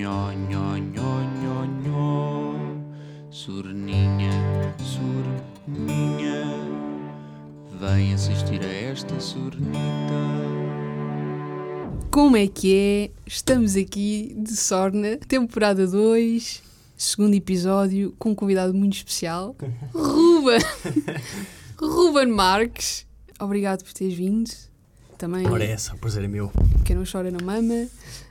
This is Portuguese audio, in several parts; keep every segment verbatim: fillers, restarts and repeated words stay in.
Nho, nho, nho, nho, nho. Surninha, surninha, vem assistir a esta surnita. Como é que é? Estamos aqui de Sorna, temporada dois, segundo episódio, com um convidado muito especial, Ruben, Ruben Marques. Obrigado por teres vindo. Também, ora é essa, o prazer é meu. Quem não chora não mama.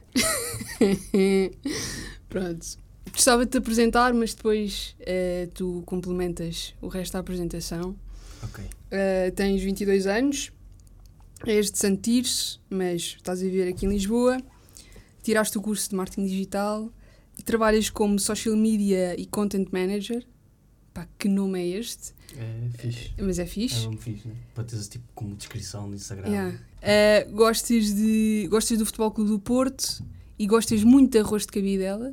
Pronto. Gostava de te apresentar, mas depois uh, tu complementas o resto da apresentação. Ok. Uh, tens vinte e dois anos, és de Santo Tirso, mas estás a viver aqui em Lisboa. Tiraste o curso de marketing digital e trabalhas como social media e content manager. Pá, que nome é este? É fixe. Uh, mas é fixe. É nome fixe, né? Para teres tipo como descrição no Instagram. Yeah. Uh, gostas, de, gostas do Futebol Clube do Porto e gostas muito de arroz de cabidela.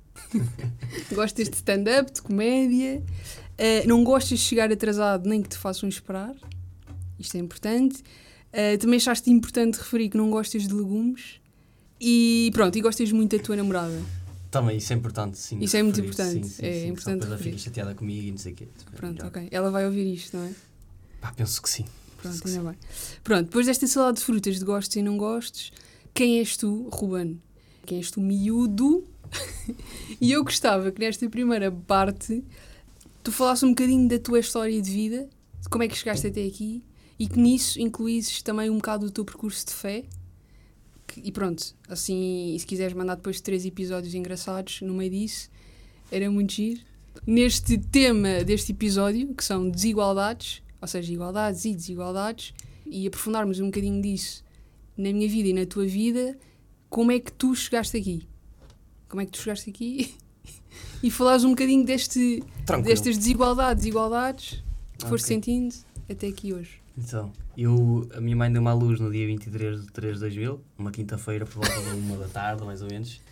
Gostas de stand-up, de comédia. Uh, não gostas de chegar atrasado nem que te façam esperar. Isto é importante. Uh, também achaste importante referir que não gostas de legumes. E pronto, e gostas muito da tua namorada. Também, isso é importante, sim. Isso é muito referir. importante. Sim, sim, é sim, importante depois ela referir. fica chateada comigo e não sei o quê. Pronto, Já. ok. Ela vai ouvir isto, não é? Pá, penso que sim. Pronto, Penso que ainda sim. bem. Pronto, depois desta salada de frutas de gostos e não gostos, quem és tu, Ruben? Quem és tu, miúdo? E eu gostava que nesta primeira parte tu falasses um bocadinho da tua história de vida, de como é que chegaste até aqui e que nisso incluísses também um bocado do teu percurso de fé. Que, e pronto, assim, e se quiseres mandar depois três episódios engraçados no meio disso, era muito giro. Neste tema deste episódio, que são desigualdades, ou seja, igualdades e desigualdades, e aprofundarmos um bocadinho disso na minha vida e na tua vida, como é que tu chegaste aqui? Como é que tu chegaste aqui? E falares um bocadinho deste, destas desigualdades, desigualdades que foste Ok. sentindo até aqui hoje. Então, eu, a minha mãe deu-me à luz no dia vinte e três de três de dois mil, uma quinta-feira, por volta da uma da tarde, mais ou menos.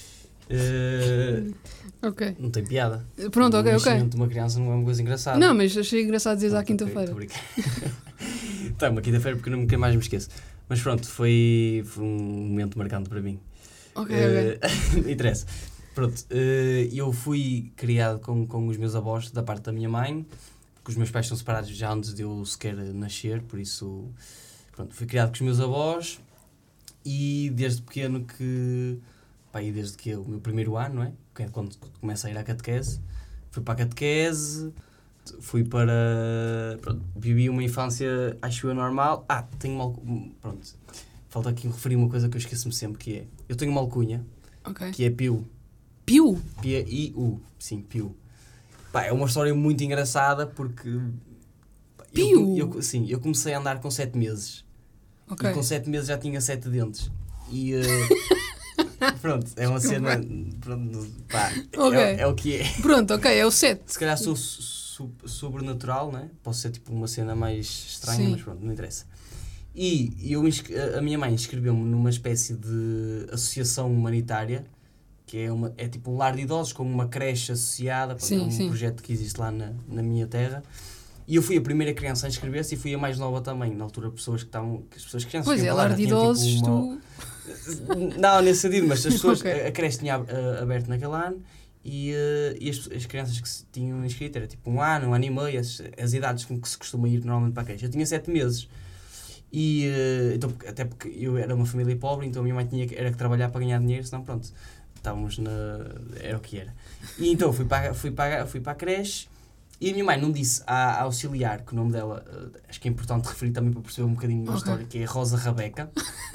Uh, Ok. não tem piada. Pronto, ok, O ok. nascimento de uma criança não é uma coisa engraçada. Não, mas achei engraçado dizer à Pronto, ok, quinta-feira. tô brincando. Tá, uma quinta-feira porque eu nunca mais me esqueço. Mas pronto, foi, foi um momento marcante para mim. Ok, ok. Uh, interessa. Pronto, uh, eu fui criado com, com os meus avós da parte da minha mãe, porque os meus pais são separados já antes de eu sequer nascer, por isso, pronto, fui criado com os meus avós e desde pequeno que, pá, e desde que o meu primeiro ano, não é? Que é quando começo a ir à catequese, fui para a catequese, fui para, pronto, vivi uma infância, acho eu, normal. Ah, tenho uma, pronto, falta aqui referir uma coisa que eu esqueço-me sempre, que é, eu tenho uma alcunha, Ok. que é Piu. Piu? P I U, sim, Piu. Pá, é uma história muito engraçada porque... pá, Piu? Eu, eu, sim, eu comecei a andar com sete meses. Ok. E com sete meses já tinha sete dentes. E... Uh, pronto, é uma cena... Pronto, pá, Ok. é, é o que é. Pronto, ok, é o sete. Se calhar sou su- sobrenatural, né? Posso ser tipo uma cena mais estranha, Sim. mas pronto, não interessa. E eu, inscre- a minha mãe inscreveu-me numa espécie de associação humanitária, que é, uma, é tipo um lar de idosos com uma creche associada, pronto, Sim, é um sim. projeto que existe lá na, na minha terra. E eu fui a primeira criança a inscrever-se e fui a mais nova também. Na altura, pessoas que estavam... Que as pessoas crianças Pois que é, iam para lá lar já de tinham, tipo, idosos, uma- tu... Não, nesse sentido, mas as pessoas, Ok. a, a creche tinha uh, aberto naquele ano e, uh, e as, as crianças que se tinham inscrito era tipo um ano, um ano e meio, as, as idades com que se costuma ir normalmente para a creche. Eu tinha sete meses e uh, então, até porque eu era uma família pobre, então a minha mãe tinha que, era que trabalhar para ganhar dinheiro, senão pronto, estávamos na... era o que era. E então fui para, fui para, fui para a creche e a minha mãe não disse à, à auxiliar, que o nome dela, uh, acho que é importante referir também para perceber um bocadinho da Ok. história, que é Rosa Rabeca.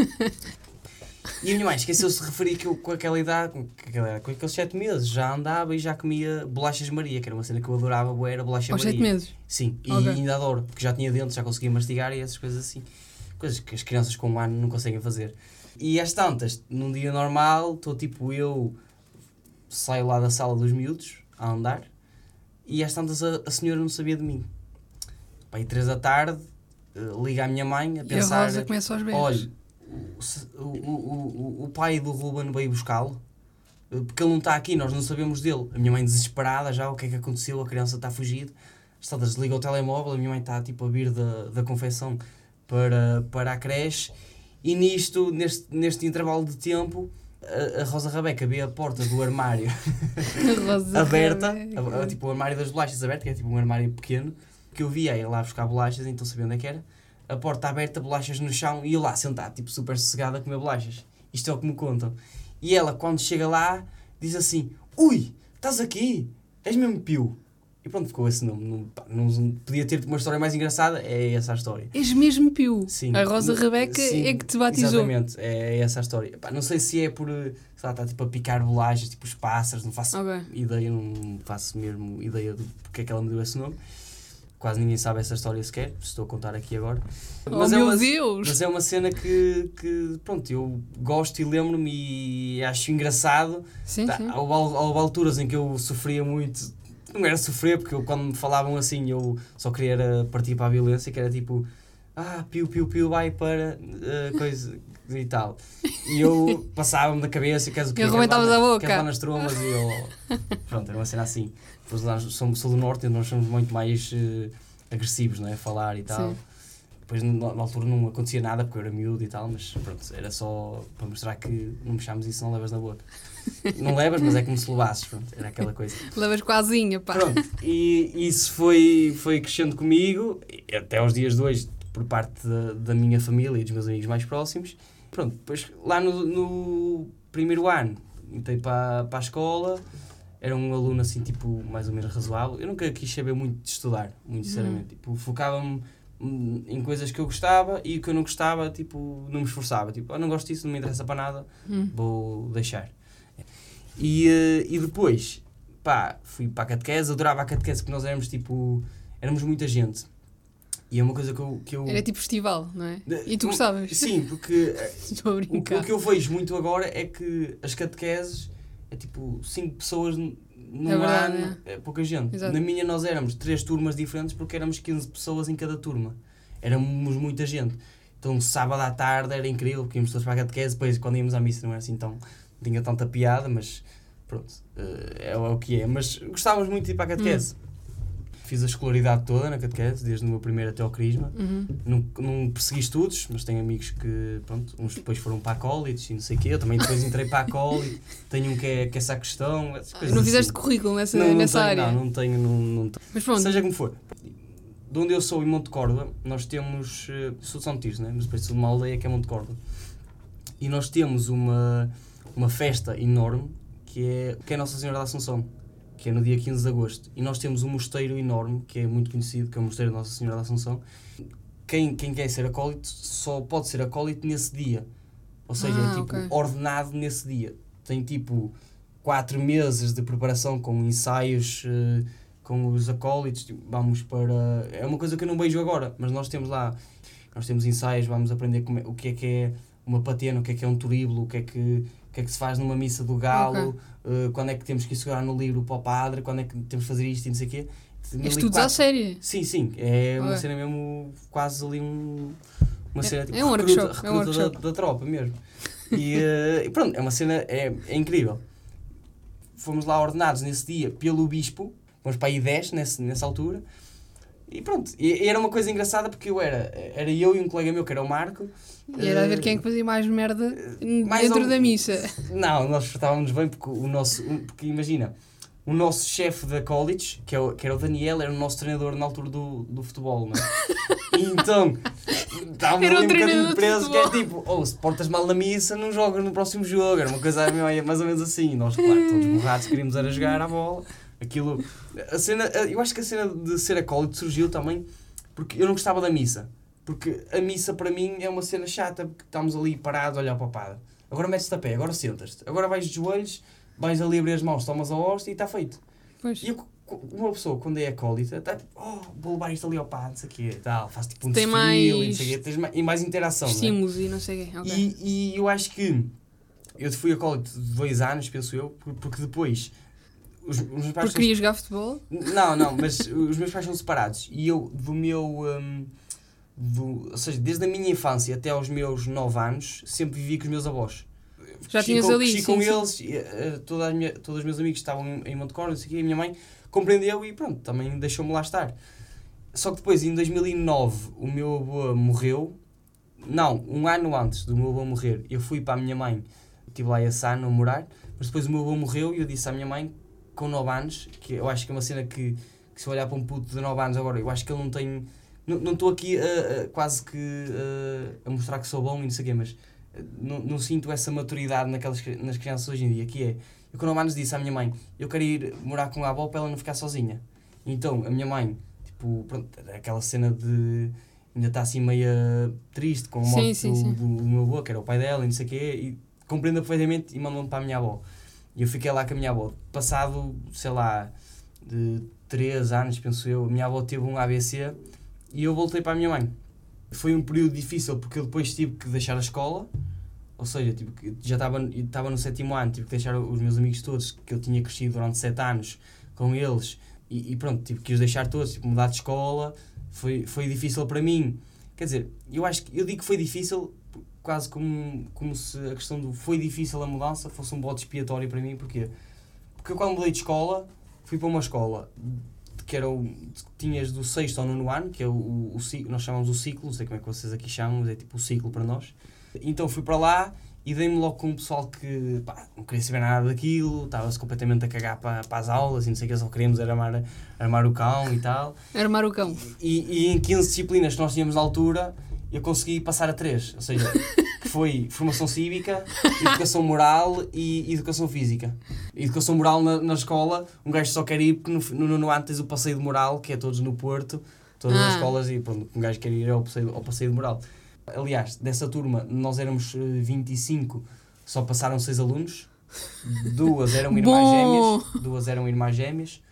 E a minha mãe esqueceu-se de referir que eu, com aquela idade, com, aquela, com aqueles sete meses, já andava e já comia bolachas Maria, que era uma cena que eu adorava, boa, era bolacha Aos Maria. sete meses? Sim, e Ok. ainda adoro, porque já tinha dentes, já conseguia mastigar e essas coisas assim. Coisas que as crianças com um ano não conseguem fazer. E às tantas, num dia normal, estou tipo eu, saio lá da sala dos miúdos, a andar, e às tantas a, a senhora não sabia de mim. Pá, e três da tarde, uh, liga à minha mãe a E a pensar... Rosa começa aos berros. Olha, o, o, o, o pai do Ruben veio buscá-lo porque ele não está aqui, nós não sabemos dele. A minha mãe desesperada já, o que é que aconteceu, a criança está fugida. Está, desliga o telemóvel, a minha mãe está tipo a vir da, da confecção para, para a creche e nisto, neste, neste intervalo de tempo, a, a Rosa Rabeca vê a porta do armário Rosa aberta, Rabeca. a, a, tipo o armário das bolachas aberto, que é tipo um armário pequeno, que eu via ir lá buscar bolachas, então sabia onde é que era. A porta aberta, bolachas no chão, e eu lá sentado, tipo super sossegado a comer bolachas. Isto é o que me contam. E ela, quando chega lá, diz assim: ui, estás aqui? És mesmo Pio. E pronto, ficou esse nome. Não, pá, não podia ter uma história mais engraçada, é essa a história. És mesmo Pio. Sim. A Rosa Rabeca Sim, é que te batizou. Exatamente, é essa a história. Pá, não sei se é por, sei lá, está tipo a picar bolachas, tipo os pássaros, não faço Ok. ideia, não faço mesmo ideia do porque é que ela me deu esse nome. Quase ninguém sabe essa história sequer, estou a contar aqui agora. Oh Mas é meu uma, Deus! Mas é uma cena que, que pronto, eu gosto e lembro-me e acho engraçado. Sim, Tá, sim. houve, houve alturas em que eu sofria muito, não era sofrer, porque eu, quando me falavam assim eu só queria era partir para a violência, que era tipo, ah, piu, piu, piu, vai para uh, coisa e tal. E eu passava-me da cabeça, queres o quê? E arrebentavas a boca. Queres lá nas trombas e eu... Pronto, era uma cena assim. Depois nós somos, sou do norte e nós somos muito mais uh, agressivos, não é? A falar e tal. Sim. Depois na, na altura não acontecia nada porque eu era miúdo e tal, mas pronto, era só para mostrar que não mexamos isso, não levas na boca. Não levas, mas é como se levasses, pronto, era aquela coisa. Levas quasinha, pá. Pronto, e isso foi, foi crescendo comigo, até aos dias de hoje, por parte da, da minha família e dos meus amigos mais próximos. Pronto, depois lá no, no primeiro ano, entrei para, para a escola, era um aluno assim, tipo, mais ou menos razoável. Eu nunca quis saber muito de estudar, muito sinceramente. Hum. Tipo, focava-me em coisas que eu gostava e o que eu não gostava, tipo, não me esforçava. Tipo, eu não gosto disso, não me interessa para nada, hum. vou deixar. E, e depois, pá, fui para a catequese, adorava a catequese porque nós éramos, tipo, éramos muita gente. E é uma coisa que eu... Que eu... Era tipo festival, não é? E tu gostavas? Sim, porque Estou a brincar. O, o que eu vejo muito agora é que as catequeses é tipo cinco pessoas num é verdade, ano, é. é pouca gente. Exato. Na minha nós éramos três turmas diferentes porque éramos quinze pessoas em cada turma. Éramos muita gente. Então sábado à tarde era incrível porque íamos todos para a catequese, depois quando íamos à missa não era assim tão... não tinha tanta piada, mas pronto, é, é o que é. Mas gostávamos muito de ir para a catequese. Hum. Fiz a escolaridade toda na catequese, desde o meu primeiro até ao crisma. Uhum. Não, não persegui estudos, mas tenho amigos que, pronto, uns depois foram para a college e não sei o quê. Eu também depois entrei para a college. Tenho um que é, que é essa questão. Não assim. Fizeste currículo nessa, não, não nessa tenho, área? Não, não tenho, não, não tenho. Mas pronto. Seja como for. De onde eu sou, em Monte Córdoba, nós temos... Sou de São Tirso, né? Mas depois sou de uma aldeia que é Monte Córdoba. E nós temos uma, uma festa enorme que é, que é Nossa Senhora da Assunção, que é no dia quinze de agosto. E nós temos um mosteiro enorme, que é muito conhecido, que é o Mosteiro da Nossa Senhora da Assunção. Quem, quem quer ser acólito só pode ser acólito nesse dia. Ou seja, ah, é tipo okay. ordenado nesse dia. Tem tipo quatro meses de preparação com ensaios uh, com os acólitos. Tipo, vamos para... É uma coisa que eu não vejo agora, mas nós temos lá... Nós temos ensaios, vamos aprender como é, o que é que é uma patena, o que é que é um turíbulo, o que é que... o que é que se faz numa missa do galo, okay. uh, quando é que temos que ir segurar no livro para o padre, quando é que temos que fazer isto e não sei o quê. Estudos à série? Sim, sim, é uma okay. cena mesmo, quase ali um, uma é, cena tipo é um recruta, workshop, recruta é um workshop. Da, da tropa mesmo. E, uh, e pronto, é uma cena, é, é incrível. Fomos lá ordenados nesse dia pelo bispo, fomos para aí dez nesse, nessa altura, e pronto, e, e era uma coisa engraçada porque eu era, era eu e um colega meu que era o Marco. E era a ver quem é que fazia mais merda mais dentro ou... da missa. Não, nós estávamos bem porque o nosso... Porque imagina, o nosso chefe da college, que, é o, que era o Daniel, era o nosso treinador na altura do, do futebol, não é? E então, estávamos ali um bocadinho presos, que é tipo, oh, se portas mal na missa, não jogas no próximo jogo. Era uma coisa mais ou menos assim. Nós, claro, todos borrados, queríamos era jogar a bola. Aquilo... A cena, eu acho que a cena de ser acólito surgiu também porque eu não gostava da missa. Porque a missa para mim é uma cena chata, porque estamos ali parados a olhar para o padre. Agora metes-te a pé, agora sentas-te. Agora vais de joelhos, vais ali abrir as mãos, tomas a hóstia e está feito. Pois. E eu, uma pessoa, quando é acólita, está tipo, oh, vou levar isto ali ao padre, não sei o quê, tal, faz tipo um tem desfile mais... e não sei o quê, tens mais, e mais interação. Estímulos não é? E não sei o quê. Okay. E, e eu acho que eu fui acólito de dois anos, penso eu, porque depois... Os, os meus pais porque querias jogar futebol? Não, não, mas os meus pais são separados e eu, do meu... Um, Do, ou seja, desde a minha infância até aos meus nove anos, sempre vivi com os meus avós. Já tinhas ali, sim, com sim, eles, sim. E, uh, toda a minha, todos os meus amigos estavam em, em Monte Córdoba, e a minha mãe compreendeu e pronto, também deixou-me lá estar. Só que depois, em dois mil e nove, o meu avô morreu. Não, um ano antes do meu avô morrer, eu fui para a minha mãe estive lá em Assano a morar, mas depois o meu avô morreu e eu disse à minha mãe, com nove anos, que eu acho que é uma cena que, que se eu olhar para um puto de nove anos agora, eu acho que ele não tem... Não estou aqui a, a, quase que a, a mostrar que sou bom e não sei o quê, mas não, não sinto essa maturidade naquelas, nas crianças hoje em dia, que é... Eu com nove anos disse à minha mãe, eu quero ir morar com a avó para ela não ficar sozinha. Então, a minha mãe, tipo, pronto, aquela cena de... Ainda está assim meio triste com a morte sim, sim, do, sim. do, do meu avô, que era o pai dela e não sei o quê, e compreendo perfeitamente e mandou-me para a minha avó. E eu fiquei lá com a minha avó. Passado, sei lá, de três anos, penso eu, a minha avó teve um A V C e eu voltei para a minha mãe. Foi um período difícil porque eu depois tive que deixar a escola, ou seja, tipo, já estava, estava no sétimo ano, tive que deixar os meus amigos todos, que eu tinha crescido durante sete anos com eles, e, e pronto, tive que os deixar todos, tipo, mudar de escola. Foi, foi difícil para mim. Quer dizer, eu acho que eu digo que foi difícil quase como, como se a questão do foi difícil a mudança fosse um bode expiatório para mim. Porquê? Porque eu quando mudei de escola, fui para uma escola que era o, tinhas do sexto ao nono ano, que é o, o, o nós chamamos o ciclo, não sei como é que vocês aqui chamam, mas é tipo o ciclo para nós. Então fui para lá e dei-me logo com um pessoal que pá, não queria saber nada daquilo, estava-se completamente a cagar para, para as aulas e não sei o que, só queríamos era armar, armar o cão e tal. Armar o cão. E, e em quinze disciplinas que nós tínhamos na altura, eu consegui passar a três, ou seja, que foi formação cívica, educação moral e educação física. Educação moral na, na escola, um gajo só quer ir porque no, no nono ano tens o passeio de moral, que é todos no Porto, todas ah. as escolas, e pronto, um gajo quer ir ao passeio, ao passeio de moral. Aliás, dessa turma, nós éramos vinte e cinco, só passaram seis alunos, duas eram irmãs gêmeas, duas eram irmãs gêmeas,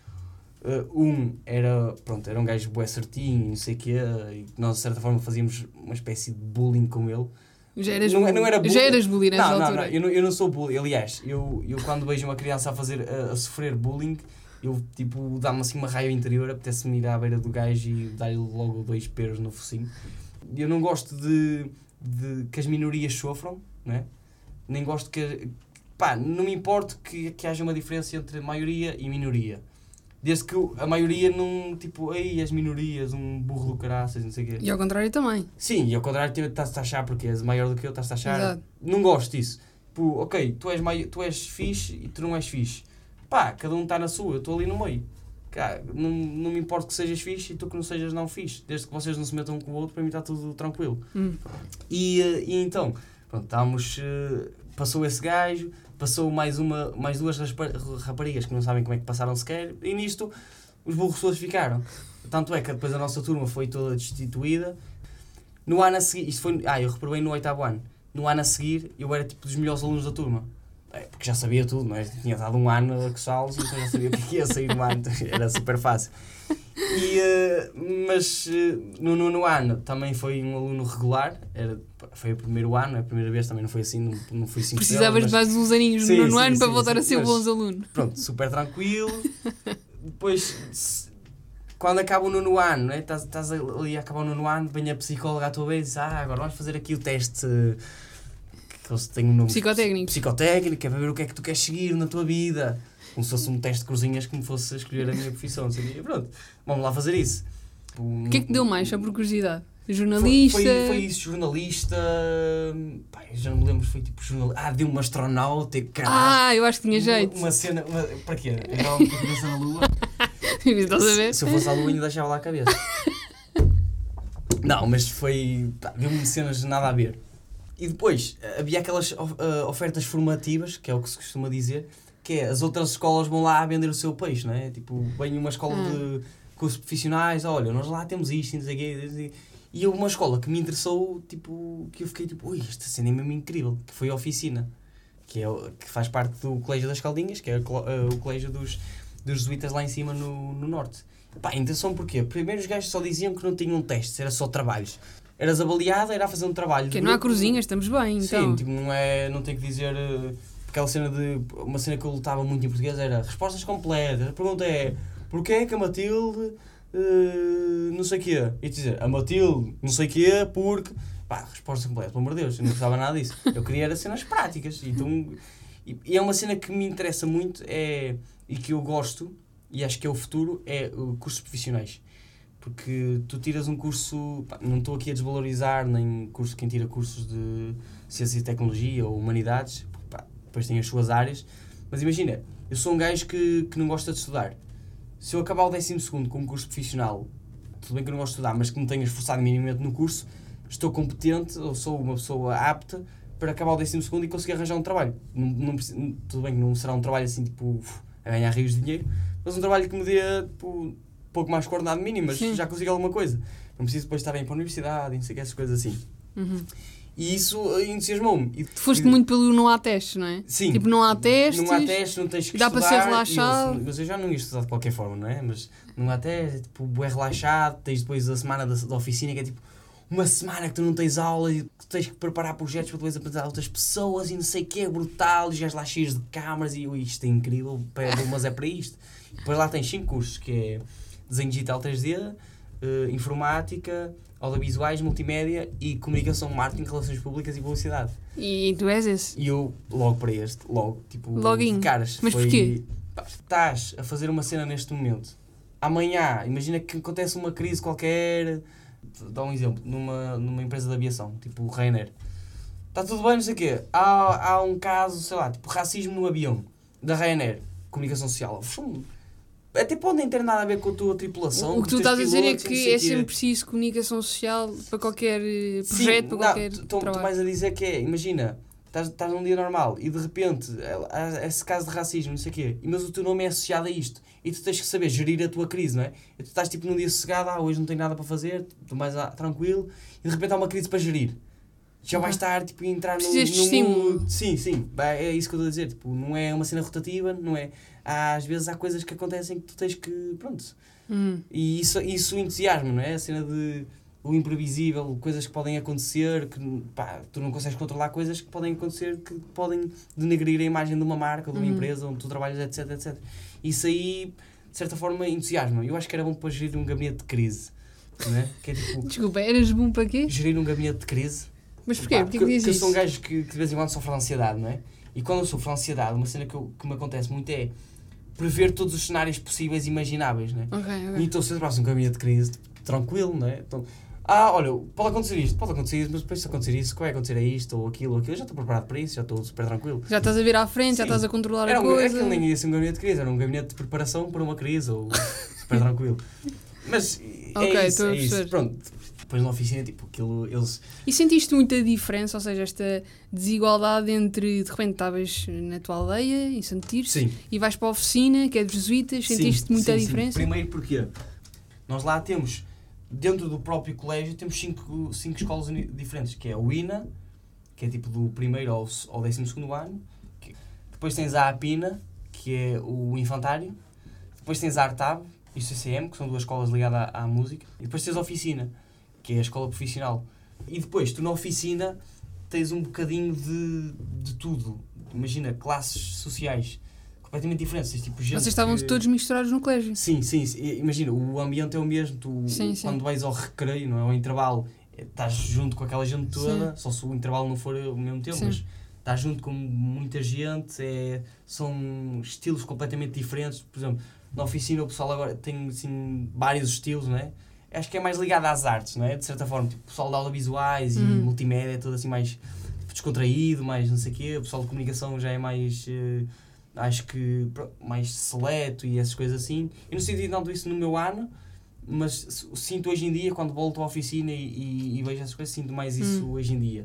uh, um era, pronto, era um gajo bué certinho, não sei o quê, e nós de certa forma fazíamos uma espécie de bullying com ele. Já eras não, bullying, não era bullying. Já eras bullying nessa não, altura? Não, não, eu não, eu não sou bullying, aliás, eu, eu quando vejo uma criança a, fazer, a, a sofrer bullying, eu tipo, dá-me assim uma raiva interior, apetece-me ir à beira do gajo e dar-lhe logo dois peros no focinho. Eu não gosto de, de que as minorias sofram, não é? Nem gosto que... Pá, não me importo que, que haja uma diferença entre maioria e minoria. Desde que a maioria não, tipo, ei, as minorias, um burro do caraças, não sei o quê. E ao contrário também. Sim, e ao contrário estás-te a achar porque és maior do que eu, estás-te a achar... Exato. Não gosto disso. Tipo, ok, tu és, mai... tu és fixe e tu não és fixe. Pá, cada um está na sua, eu estou ali no meio. Cara, não, não me importa que sejas fixe e tu que não sejas não fixe. Desde que vocês não se metam um com o outro, para mim está tudo tranquilo. Hum. E, e então, pronto, estávamos... Passou esse gajo, passou mais, uma, mais duas raparigas que não sabem como é que passaram sequer, e nisto os burros todos ficaram. Tanto é que depois a nossa turma foi toda destituída. No ano a seguir, isto foi... Ah, eu reprovei no oitavo ano. No ano a seguir, eu era tipo dos melhores alunos da turma. É, porque já sabia tudo, não é? Tinha dado um ano a cursá-los, então já sabia o que ia sair no ano, era super fácil. E, uh, mas uh, no nono ano também foi um aluno regular, era, foi o primeiro ano, a primeira vez também não foi assim, não, não fui cinco Precisavas de mais uns aninhos no nono ano sim, para sim, voltar sim, a ser bons alunos. Pronto, super tranquilo. Depois, se, quando acaba o nono ano, né? estás, estás ali a acabar o nono ano, vem a psicóloga à tua vez e diz, ah, agora vamos fazer aqui o teste... que eles têm um nome psicotécnico. psicotécnico, é para ver o que é que tu queres seguir na tua vida. Como se fosse um teste de cruzinhas que me fosse escolher a minha profissão. Assim, e pronto, vamos lá fazer isso. O que é que deu mais, só por curiosidade? Jornalista? Foi, foi, foi isso, jornalista. Pá, já não me lembro, foi tipo jornalista. Ah, deu uma astronauta. Caralho. Ah, eu acho que tinha jeito. Uma, uma cena. Uma, para quê? Eu não tinha cabeça na Lua. Estás a ver? Se, se eu fosse à Lua, ainda deixava lá a cabeça. Não, mas foi. Deu-me cenas nada a ver. E depois havia aquelas uh, ofertas formativas, que é o que se costuma dizer, que é as outras escolas vão lá a vender o seu peixe, não é? Tipo, vem uma escola ah. de cursos profissionais, olha, nós lá temos isto, não sei o quê, e uma escola que me interessou, tipo, que eu fiquei tipo, ui, esta cena é mesmo incrível, que foi a Oficina, que, é, que faz parte do Colégio das Caldinhas, que é o, uh, o colégio dos, dos jesuítas lá em cima no, no norte. Pá, a intenção porquê? Primeiro os gajos só diziam que não tinham testes, era só trabalhos. Eras avaliada, era a fazer um trabalho. Que não há cruzinhas, estamos bem, então. Sim, tipo, não é, não tem que dizer... Uh, aquela cena de... Uma cena que eu lutava muito em português era respostas completas. A pergunta é, porquê é que a Matilde... Uh, não sei o quê? E dizer, a Matilde não sei o quê, porque... Pá, resposta completa, pelo amor de Deus, eu não gostava nada disso. Eu queria era cenas práticas. Então, e, e é uma cena que me interessa muito, é, e que eu gosto, e acho que é o futuro, é uh, cursos profissionais. Porque tu tiras um curso, pá, não estou aqui a desvalorizar nem curso, quem tira cursos de ciência e tecnologia ou humanidades, porque, pá, depois tem as suas áreas. Mas imagina, eu sou um gajo que, que não gosta de estudar. Se eu acabar o décimo segundo com um curso profissional, tudo bem que eu não gosto de estudar, mas que me tenha esforçado minimamente no curso, estou competente, ou sou uma pessoa apta para acabar o décimo segundo e conseguir arranjar um trabalho. Não, não, tudo bem que não será um trabalho assim, tipo, a ganhar rios de dinheiro, mas um trabalho que me dê, tipo, um pouco mais coordenado mínimo, mas Sim. já consigo alguma coisa. Não preciso depois estar a ir para a universidade, não sei o que, essas coisas assim. Uhum. E isso entusiasmou-me. E, tu foste e, muito pelo não há testes, não é? Sim. Tipo, não há testes. Não há testes, não tens que dá estudar. Dá para ser relaxado. Eu, mas eu já não ia estudar de qualquer forma, não é? Mas não há testes, tipo, é relaxado. Tens depois a semana da, da oficina, que é tipo uma semana que tu não tens aula e tu tens que preparar projetos para depois apresentar a outras pessoas e não sei o que, é brutal. E os gajos lá cheios de câmaras e isto é incrível, mas é para isto. E depois lá tens cinco cursos, que é desenho digital três D, uh, informática, audiovisuais, multimédia e comunicação, marketing, relações públicas e publicidade. E tu és esse? E eu, logo para este, logo, tipo, Login. de caras. Mas foi, porquê? Pá, estás a fazer uma cena neste momento. Amanhã, imagina que acontece uma crise qualquer, dá um exemplo, numa, numa empresa de aviação, tipo o Ryanair. Está tudo bem, não sei o quê. Há, há um caso, sei lá, tipo racismo no avião, da Ryanair, comunicação social. Até pode nem ter nada a ver com a tua tripulação. O que tu estás a dizer é que é sempre preciso comunicação social para qualquer projeto, Sim, para qualquer não, trabalho. Estou mais a dizer que é, imagina, estás, estás num dia normal e de repente há esse caso de racismo, não sei o quê, mas o teu nome é associado a isto e tu tens que saber gerir a tua crise, não é? E tu estás tipo num dia sossegado, ah, hoje não tenho nada para fazer, estou mais ah, tranquilo, e de repente há uma crise para gerir. Já vais estar tipo, a entrar no, no mundo. Sim, sim, é isso que eu estou a dizer. Tipo, não é uma cena rotativa, não é. Há, às vezes há coisas que acontecem que tu tens que. Pronto. Hum. E isso, isso entusiasma, não é? A cena de o imprevisível, coisas que podem acontecer, que pá, tu não consegues controlar coisas que podem acontecer, que podem denegrir a imagem de uma marca, de uma uhum. empresa onde tu trabalhas, etc, etcétera. Isso aí, de certa forma, entusiasma. Eu acho que era bom para gerir um gabinete de crise. Não é? Que é tipo, Desculpa, eras bom para quê? Gerir um gabinete de crise. Mas porquê? Porquê que dizes isso? Eu sou um isso? gajo que, que de vez em quando sofre de ansiedade, não é? E quando eu sofro de ansiedade, uma cena que, eu, que me acontece muito é prever todos os cenários possíveis e imagináveis, não é? Okay, okay. E então se eu trabalho um caminho de crise, tranquilo, não é? Então, ah, olha, pode acontecer isto, pode acontecer isto, mas depois se acontecer isso, vai acontecer é isto ou aquilo ou aquilo, eu já estou preparado para isso, já estou super tranquilo. Já estás a vir à frente, Sim. já estás a controlar era a um, coisa. Aquilo nem ia ser um gabinete de crise, era um gabinete de preparação para uma crise ou super tranquilo. Mas é okay, isso, é isso. Pronto. Depois na oficina, tipo, aquilo, eles... E sentiste muita diferença, ou seja, esta desigualdade entre, de repente, estavas na tua aldeia, em Santo Tirso, sim. e vais para a oficina, que é de jesuítas, sentiste sim, muita sim, diferença? Sim. Primeiro porque nós lá temos, dentro do próprio colégio, temos cinco, cinco escolas diferentes, que é o I N A, que é tipo do primeiro ao, ao décimo segundo ano, que, depois tens a APINA, que é o infantário, depois tens a ARTAB e o C C M, que são duas escolas ligadas à, à música, e depois tens a oficina, que é a escola profissional. E depois, tu na oficina tens um bocadinho de, de tudo. Imagina, classes sociais completamente diferentes. Tipo, gente Vocês estavam que... todos misturados no colégio? Sim, sim. Imagina, o ambiente é o mesmo. Tu, sim, sim. Quando vais ao recreio, não é? Ao intervalo, estás junto com aquela gente toda, sim. Só se o intervalo não for ao mesmo tempo, sim. Mas estás junto com muita gente, é, são estilos completamente diferentes. Por exemplo, na oficina o pessoal agora tem assim, vários estilos, não é? Acho que é mais ligado às artes, não é? De certa forma, tipo, o pessoal de audiovisuais uhum. e multimédia é todo assim mais tipo, descontraído, mais não sei o quê. O pessoal de comunicação já é mais, uh, acho que, mais seleto e essas coisas assim. Eu não senti tanto isso no meu ano, mas sinto hoje em dia, quando volto à oficina e, e, e vejo essas coisas, sinto mais isso uhum. hoje em dia.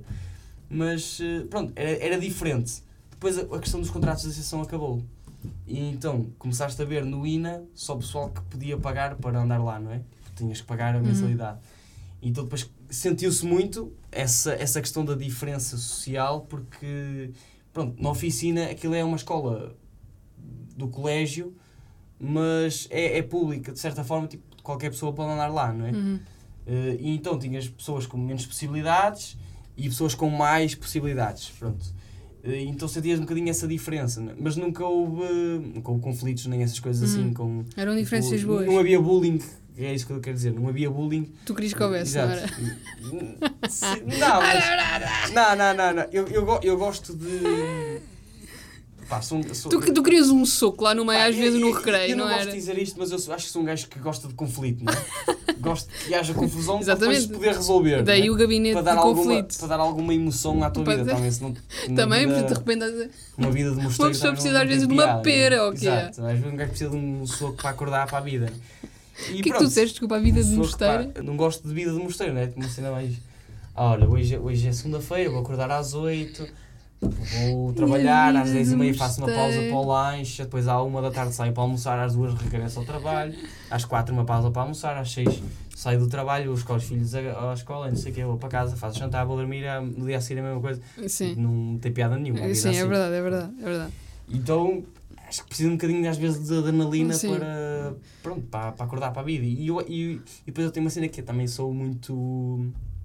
Mas, uh, pronto, era, era diferente. Depois a, a questão dos contratos de associação acabou. E então, começaste a ver no I N A só o pessoal que podia pagar para andar lá, não é? Tinhas que pagar a mensalidade. Uhum. Então depois sentiu-se muito essa, essa questão da diferença social, porque, pronto, na oficina aquilo é uma escola do colégio, mas é, é pública, de certa forma, tipo, qualquer pessoa pode andar lá, não é? Uhum. Uh, e então tinhas pessoas com menos possibilidades e pessoas com mais possibilidades, pronto. Uh, então sentias um bocadinho essa diferença, não é? Mas nunca houve, nunca houve conflitos nem essas coisas uhum. assim. Com, Eram diferenças tipo, boas. Não havia bullying. É isso que eu quero dizer, não havia bullying. Tu querias que houvesse, não era? Não, mas, não, não, não, não. Eu, eu, eu gosto de... Pá, sou, sou, Tu, tu querias um soco lá no meio, pá, às vezes eu, no recreio, eu não não gosto era? de dizer isto, mas eu sou- acho que sou um gajo que gosta de conflito, não é? Gosto que haja confusão para Exatamente. depois poder resolver. Daí não é? o gabinete para dar, de alguma, conflito. para dar alguma emoção à tua Pode vida, ser. também. Se não, uma Também, vida, de repente, uma vida de mosteiro. uma pessoa também precisa não- às não vezes tem de uma piada, pera, não é? ou o que é? Exato, às vezes um gajo precisa de um soco para acordar para a vida. E o que é que tu disseste? Desculpa, a vida de soco, mosteiro? pá, não gosto de vida de mosteiro, não é? Uma cena mais. Olha, hoje, hoje é segunda-feira, vou acordar às oito. Vou trabalhar, às dez e meia faço uma pausa para o lanche, depois à uma da tarde saio para almoçar, às duas regresso ao trabalho, às quatro uma pausa para almoçar, às seis saio do trabalho, vou buscar os filhos à, à escola, não sei o que, vou para casa, faço jantar, vou dormir, no dia a seguir a mesma coisa. Sim. Não tem piada nenhuma. A vida Sim, assim. é verdade, é verdade, é verdade. Então acho que preciso um bocadinho às vezes de adrenalina Sim. para, pronto, para, para acordar para a vida. E, eu, e, e depois eu tenho uma cena que eu também sou muito.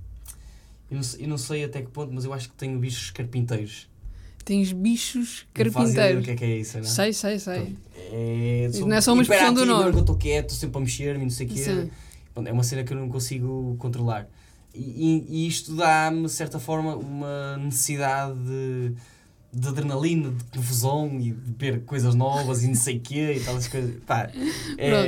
Eu não, sei, eu não sei até que ponto, mas eu acho que tenho bichos carpinteiros. Tens bichos Não faço ideia do carpinteiros. que é que é isso, não é? Sei, sei, sei. É, Isso não é só uma expressão do hiperativo, norte. eu estou quieto, estou sempre a mexer-me, não sei o quê. Sim. Pronto, é uma cena que eu não consigo controlar. E, e, e isto dá-me, de certa forma, uma necessidade de, de adrenalina, de confusão e de ver coisas novas e não sei o quê e tal, as coisas. Pá, é, Pronto.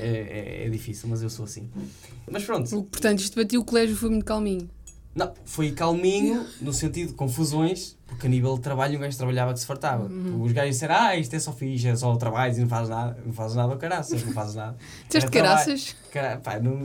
é, é, é difícil, mas eu sou assim. Mas pronto. Portanto, isto para ti o colégio foi muito calminho. Não, foi calminho no sentido de confusões, porque a nível de trabalho um gajo trabalhava que se fartava. Uhum. Os gajos disseram, ah, isto é só fixe, é só trabalho e não fazes nada. Não fazes nada, caraças, não fazes nada. Disseste Era trabalho. caraças? Cara, pá, não...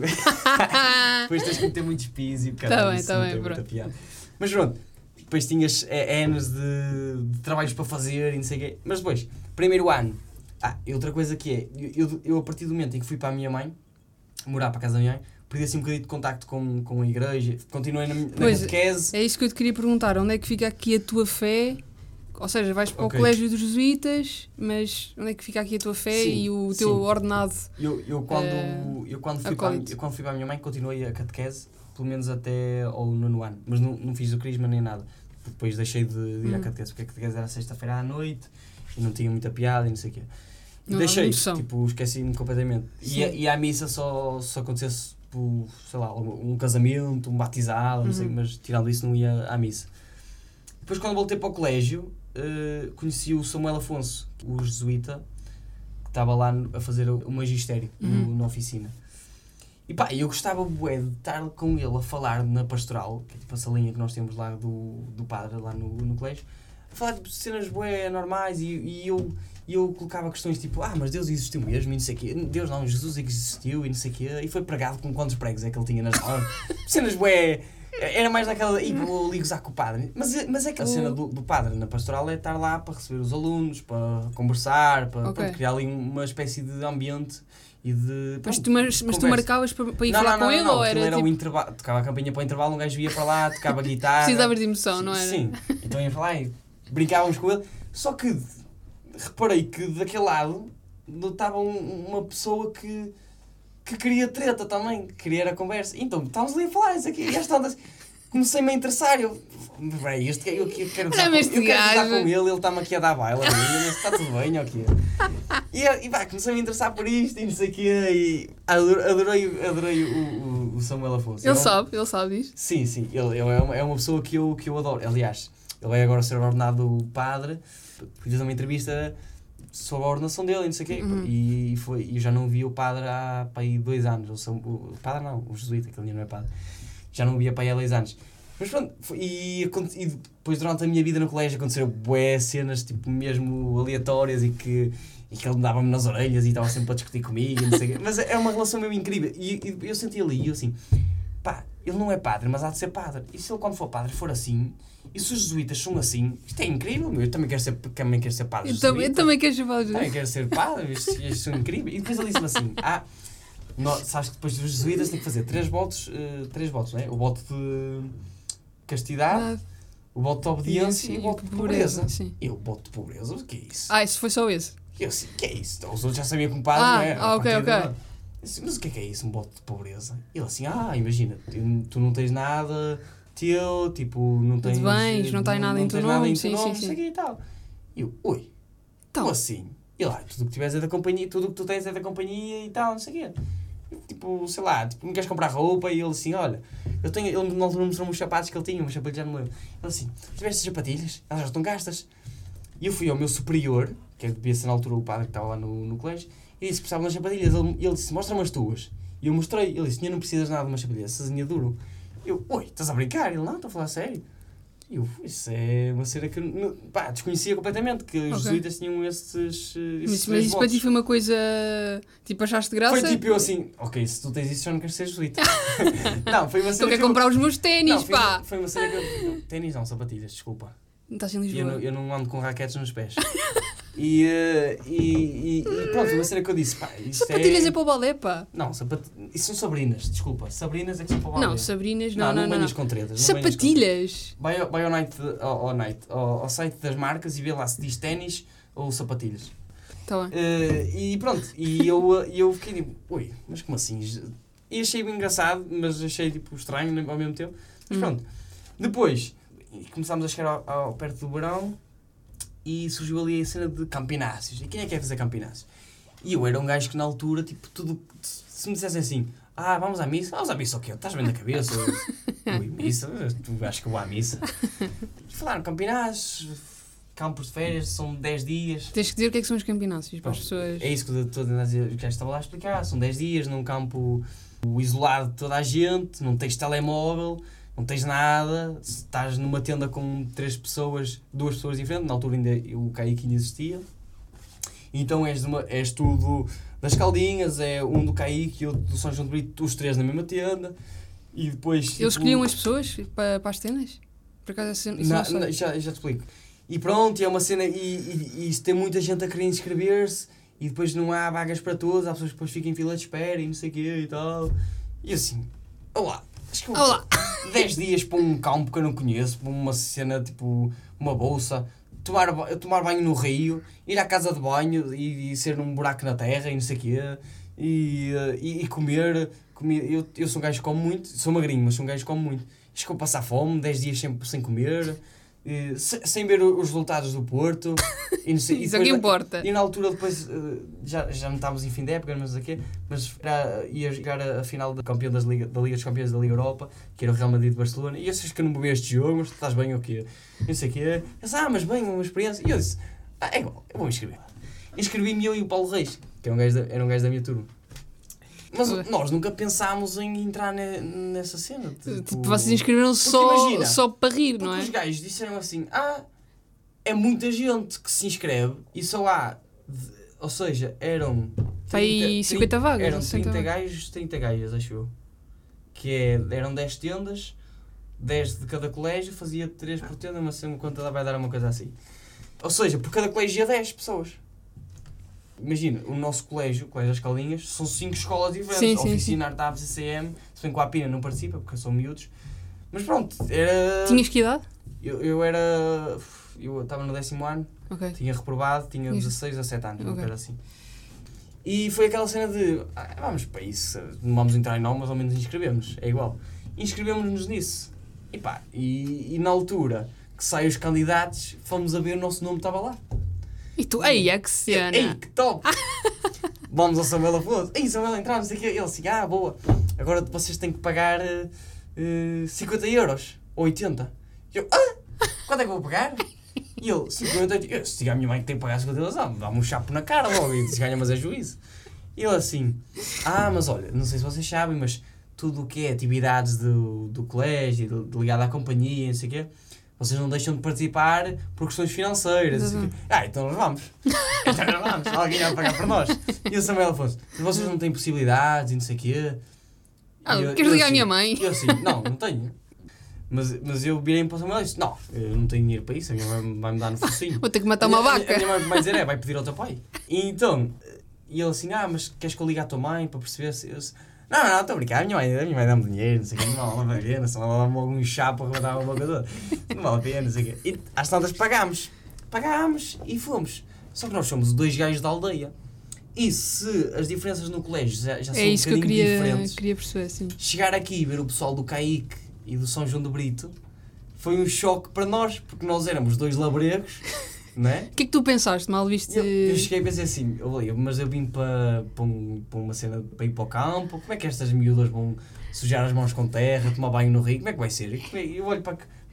Depois tens que meter muitos pis e o Tá caralho, bem, isso tá não bem, tem muita pronto. piada. Mas pronto, depois tinhas é, anos de, de trabalhos para fazer e não sei o quê. Mas depois, primeiro ano, ah, e outra coisa que é, eu, eu, eu a partir do momento em que fui para a minha mãe, morar para a casa da minha mãe, perdi assim um bocadinho de contacto com, com a igreja, continuei na, na Pois, catequese. É isso que eu te queria perguntar. Onde é que fica aqui a tua fé? Ou seja, vais para Ok. o colégio dos jesuítas, mas onde é que fica aqui a tua fé Sim, e o teu sim. ordenado? Eu, eu, quando, Eh, eu, quando fui para a, acólito. eu quando fui para a minha mãe continuei a catequese, pelo menos até ao nono ano, mas não, não fiz o crisma nem nada. Depois deixei de, de ir à Hum. catequese, porque a catequese era sexta-feira à noite e não tinha muita piada e não sei o quê. E Não, deixei, noção. tipo, esqueci-me completamente. E, a- Sim. e à missa só, só acontecesse, tipo, sei lá, um um casamento, um batizado, não sei, Uhum. mas tirando isso não ia à missa. Depois quando voltei para o colégio, eh, conheci o Samuel Afonso, o jesuíta, que estava lá no- a fazer o o magistério no- Uhum. na oficina. E pá, eu gostava bué de estar com ele a falar na pastoral, que é tipo a salinha que nós temos lá do, do padre, lá no, no colégio, a falar de cenas bué normais e, e eu, e eu colocava questões tipo, ah, mas Deus existiu mesmo e não sei o quê. Deus não, Jesus é que existiu e não sei o quê. E foi pregado com quantos pregos é que ele tinha nas mãos. Cenas bué... Era mais naquela, e vou ali gozar com o padre. Mas, é- mas é que a O- cena do, do padre na pastoral é estar lá para receber os alunos, para conversar, para, Ok. para criar ali uma espécie de ambiente e de... Mas pronto, tu, mas, mas tu conversa. marcavas para, para ir Não, falar não, não, com ele não, ou aquilo era, era tipo, o intervalo, tocava a campainha para o intervalo, um gajo ia para lá, tocava guitarra. precisavas de emoção, não era? Sim, então ia para lá e brincávamos com ele. Só que reparei que daquele lado estava um- uma pessoa que, que queria treta também, que queria era conversa. Então estávamos ali a falar isso aqui, e às tantas comecei-me a interessar. Eu, peraí, este eu, eu quero gozar Não, com, mas eu este quero gozar gajo- com ele, ele está-me aqui a dar baila, mas está tudo bem, ok. E, e pá, comecei-me a interessar por isto e não sei o quê, e adorei, adorei, adorei o, o, o Samuel Afonso. Ele É um- sabe, ele sabe disso. Sim, sim, ele, ele é, uma, é uma pessoa que eu, que eu adoro. Aliás, ele vai agora ser ordenado padre. Fiz uma entrevista sobre a ordenação dele e não sei o quê. Uhum. E foi, eu já não vi o padre há para aí dois anos. O, Sam- o padre não, o jesuíta, que ele não é padre. Já não o via para aí há dois anos. Mas pronto, foi- e, aconte- e depois durante a minha vida no colégio aconteceram bué cenas tipo mesmo aleatórias e que, e que ele me dava-me nas orelhas e estava sempre a discutir comigo e não sei o quê. Mas é uma relação mesmo incrível. E, e eu senti ali, e eu assim, pá, ele não é padre, mas há de ser padre. E se ele quando for padre for assim, e se os jesuítas são assim, isto é incrível, meu. Eu também quero ser, também quero ser padre Eu, tam- eu jesuíta. também quero chamar de Também quero ser padre, isto, isto são incríveis. E depois ele disse-me assim, ah, no, sabes que depois dos jesuítas tem que fazer três votos, eh, três votos, não é? O voto de castidade, o voto de obediência e o voto de pobreza. Sim. Eu, voto de pobreza? O que é isso? Ah, isso foi só esse. Eu assim, o que é isso? Então, os outros já sabiam que um padre Ah, não é. ah, ok, A partir ok. de- Eu disse, mas o que é que é isso, um voto de pobreza? Ele assim, ah, imagina, tu, tu não tens nada teu, tipo, não tens... bens, não tens nada em teu tens nada nome, em teu sim, nome, sim, não sei sim. o quê e tal. E eu, ui, Então. como assim? E lá, tudo o que tiveres é da companhia, tudo o que tu tens é da companhia e tal, não sei o quê. Eu, tipo, sei lá, tipo, não queres comprar roupa? E ele assim, olha, eu tenho, ele na altura mostrou-me os sapatos que ele tinha, mas sapatilhas já não me lembro. Ele assim, tiveste sapatilhas? Elas já estão gastas. E eu fui ao meu superior, que devia ser na altura o padre que estava lá no, no colégio, e disse que precisava de umas sapatilhas. Ele, ele disse, mostra-me as tuas. E eu mostrei. Ele disse, não precisas nada de umas sapatilhas, sazinha duro. Eu, oi, estás a brincar? Ele, não, estou a falar sério. E eu, isso é uma cena que eu pá, desconhecia completamente, que os okay. jesuítas tinham esses, esses Mas, mas isso para ti foi uma coisa, tipo, achaste graça? Foi tipo eu assim, ok, se tu tens isso já não queres ser jesuíta. Não, foi uma cena tu quer que comprar eu... os meus ténis, não, foi pá! Uma, foi uma cena que eu... Ténis não, sapatilhas, desculpa. Estás em Lisboa. Eu não, eu não ando com raquetes nos pés. E, uh, e, e, e pronto, foi uma cena que eu disse, pá, isto sapatilhas é... é para o balé, pá. Não, sapat... isso são sabrinas, desculpa. Sabrinas é que são para o balé. Não, sabrinas, não, não. Não, não, não, banhas não. com tretas. Sapatilhas? Vai ao, vai ao, night, ao, ao, night, ao, ao site das marcas e vê lá se diz ténis ou sapatilhas. Tá bem. Uh, e pronto, e eu, eu fiquei tipo, ui, mas como assim? E achei bem engraçado, mas achei tipo estranho ao mesmo tempo. Mas hum. pronto, depois começámos a chegar ao, ao, perto do verão. E surgiu ali a cena de campináceos. E quem é que quer fazer campináceos? E eu era um gajo que na altura, tipo, tudo... Se me dissessem assim, ah, vamos à missa? Vamos à missa o quê? Estás bem na cabeça? Ui, missa? Tu acho que eu vou à missa. E falaram, campináceos, campos de férias, são dez dias. Tens que dizer o que é que são os campináceos para as pessoas... É isso que eu estou a dizer, já estava lá a explicar. São dez dias num campo isolado de toda a gente, não tens telemóvel... Não tens nada, estás numa tenda com três pessoas, duas pessoas diferentes, na altura ainda o caique ainda existia. Então és, uma, és tudo das Caldinhas, é um do caique e outro do São João de Brito, os três na mesma tenda. E depois... Eles tipo, escolhiam as pessoas para, para as tendas? Por acaso isso na, não sei. Na, já, já te explico. E pronto, e é uma cena, e, e, e tem muita gente a querer inscrever-se, e depois não há vagas para todos, há pessoas que depois ficam em fila de espera e não sei o quê e tal. E assim, olá. Olá! dez dias para um campo que eu não conheço, para uma cena tipo uma bolsa, tomar, tomar banho no rio, ir à casa de banho e, e ser num buraco na terra e não sei o quê, e, e, e comer. comer eu, eu sou um gajo que come muito, sou magrinho, mas sou um gajo que come muito. Isto que eu passar fome, dez dias sempre sem comer, e, se, sem ver os resultados do Porto. E não sei, isso é o que importa. E na altura depois, já, já não estávamos em fim de época, mas aqui, mas era, ia jogar a, a final da, campeão das Liga, da Liga dos Campeões da Liga Europa, que era o Real Madrid de Barcelona, e eu sei que eu não vou este jogo, mas estás bem ou quê? Eu sei que é. Eu disse, ah, mas bem, uma experiência. E eu disse, ah, é igual, eu vou me inscrever. Inscrevi-me eu e o Paulo Reis, que era um gajo da, era um gajo da minha turma. Mas Ué. nós nunca pensámos em entrar ne, nessa cena. Tipo, tipo, vocês inscreveram só, só para rir, não é? Os gajos disseram assim, ah, é muita gente que se inscreve e só há, ou seja, eram trinta, cinquenta vagas. Eram trinta gajos, trinta gajas, acho eu. Que é, eram dez tendas, dez de cada colégio, fazia três por tenda, mas sempre conta vai dar uma coisa assim. Ou seja, por cada colégio ia dez pessoas. Imagina, o nosso colégio, o Colégio das Caldinhas, são cinco escolas diferentes. Sim, sim, Oficina, Arte, Aves e C M, se bem que a Pina não participa, porque são miúdos. Mas pronto, era... Tinhas que idade? Eu, eu era... Eu estava no décimo ano, okay. Tinha reprovado, tinha dezasseis, dezassete anos, okay. Uma coisa assim. E foi aquela cena de, ah, vamos para isso, não vamos entrar em não, mas ao menos inscrevemos, é igual. Inscrevemos-nos nisso. E pá, e, e na altura que saem os candidatos, fomos a ver o nosso nome estava lá. E tu, ei, é que cena! Ei, que top! Vamos ao Samuel Afonso, ei, Samuel entrar, não sei o quê. Ele assim, ah, boa, agora vocês têm que pagar uh, uh, cinquenta euros, ou oitenta. E eu, ah, quanto é que vou pagar? E ele, cinquenta, eu, se diga a minha mãe que tem que pagar cinquenta euros, ah, dá-me um chapo na cara logo e se ganha, mas é juízo. E ele assim, ah, mas olha, não sei se vocês sabem, mas tudo o que é atividades do, do colégio, do, do ligado à companhia, não sei o quê, vocês não deixam de participar por questões financeiras. Uhum. Ah, então nós vamos. Então nós vamos. Alguém vai pagar para nós. E o Samuel Afonso, mas vocês não têm possibilidades e não sei o quê. Ah, eu, queres ligar assim, à minha mãe? Eu assim, não, não tenho. Mas, mas eu virei para o Samuel e disse, não, eu não tenho dinheiro para isso, a minha mãe vai-me dar no focinho. Vou ter que matar uma a, vaca. A, a minha mãe vai dizer, é, vai pedir ao teu pai. E então, e ele assim, ah, mas queres que eu ligue à tua mãe para perceber se... Eu, não, não, estou a brincar, a minha mãe, a minha mãe dá-me dinheiro, não sei o quê, não vale a pena, se ela dá-me algum chá para arrebentar uma boca toda. Não vale a pena, não sei o quê. E às tantas pagámos, pagámos e fomos. Só que nós somos dois gajos da aldeia. E se as diferenças no colégio já, já são é isso um bocadinho que eu queria, diferentes, queria perceber, sim. Chegar aqui e ver o pessoal do Caique e do São João do Brito foi um choque para nós, porque nós éramos dois labregos, não é? O que é que tu pensaste, mal viste? Eu, eu cheguei a pensar assim, eu, mas eu vim para, para, um, para uma cena para ir para o campo, como é que estas miúdas vão sujar as mãos com terra, tomar banho no rio, como é que vai ser? Eu olho para, para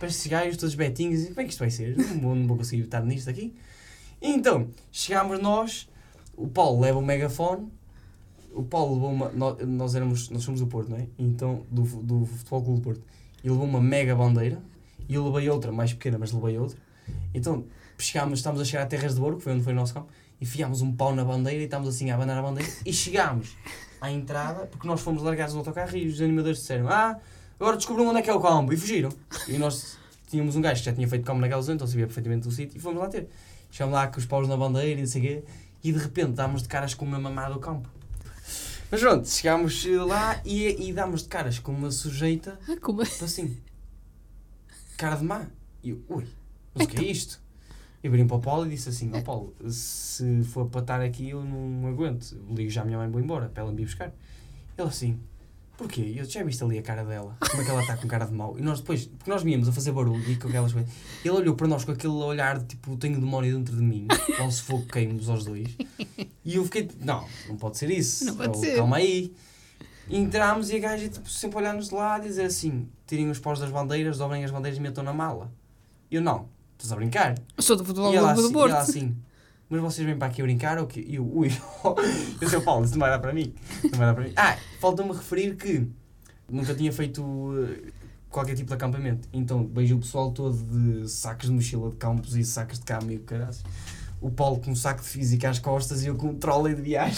para estes gajos todos betinhos, e como é que isto vai ser? Não vou, não vou conseguir estar nisto aqui. E então, chegámos nós, o Paulo leva um megafone, o Paulo levou uma, nós, nós, éramos, nós somos do Porto, não é? Então, do, do Futebol Clube do Porto, e levou uma mega bandeira, e eu levei outra, mais pequena, mas levei outra. Então, chegámos, estávamos a chegar a Terras de Ouro, que foi onde foi o nosso campo, e enfiámos um pau na bandeira e estávamos assim a abanar a bandeira, e chegámos à entrada, porque nós fomos largados no autocarro e os animadores disseram, ah, agora descobriram onde é que é o campo, e fugiram. E nós tínhamos um gajo que já tinha feito campo naquela zona, então sabia perfeitamente do sítio, e fomos lá ter. Chegámos lá com os paus na bandeira e não sei o quê, e de repente dámos de caras com uma mamada do campo. Mas pronto, chegámos lá e, e dámos de caras com uma sujeita, Ah, como? tipo assim, cara de má. E eu, ui, mas o que é isto? Eu virei para o Paulo e disse assim, ó oh, Paulo, se for para estar aqui eu não aguento, ligo já a minha mãe e vou embora, para ela me ir buscar. Ele assim, porquê? Eu já viste ali a cara dela, como é que ela está com cara de mau. E nós depois, porque nós víamos a fazer barulho e com aquelas coisas, ele olhou para nós com aquele olhar de tipo, tenho demónio dentro de mim, ou se fogo queimos aos dois. E eu fiquei, não, não pode ser isso, Não pode ou, ser. calma aí. E entramos e a gaja tipo, sempre olhar-nos de lado e dizer assim, tirem os paus das bandeiras, dobrem as bandeiras e metam na mala. E eu, não, estás a brincar? Eu sou do Futebol E ela, Clube assim, do e ela Porto. assim, mas vocês vêm para aqui a brincar ou quê? E eu, ui, eu sei, Paulo, isso não vai dar para mim. Não vai dar para mim. Ah, falta-me referir que nunca tinha feito uh, qualquer tipo de acampamento. Então vejo o pessoal todo de sacos de mochila de campos e sacos de cama e o caralho. O Paulo com um saco de física às costas e eu com um trolley de viagem.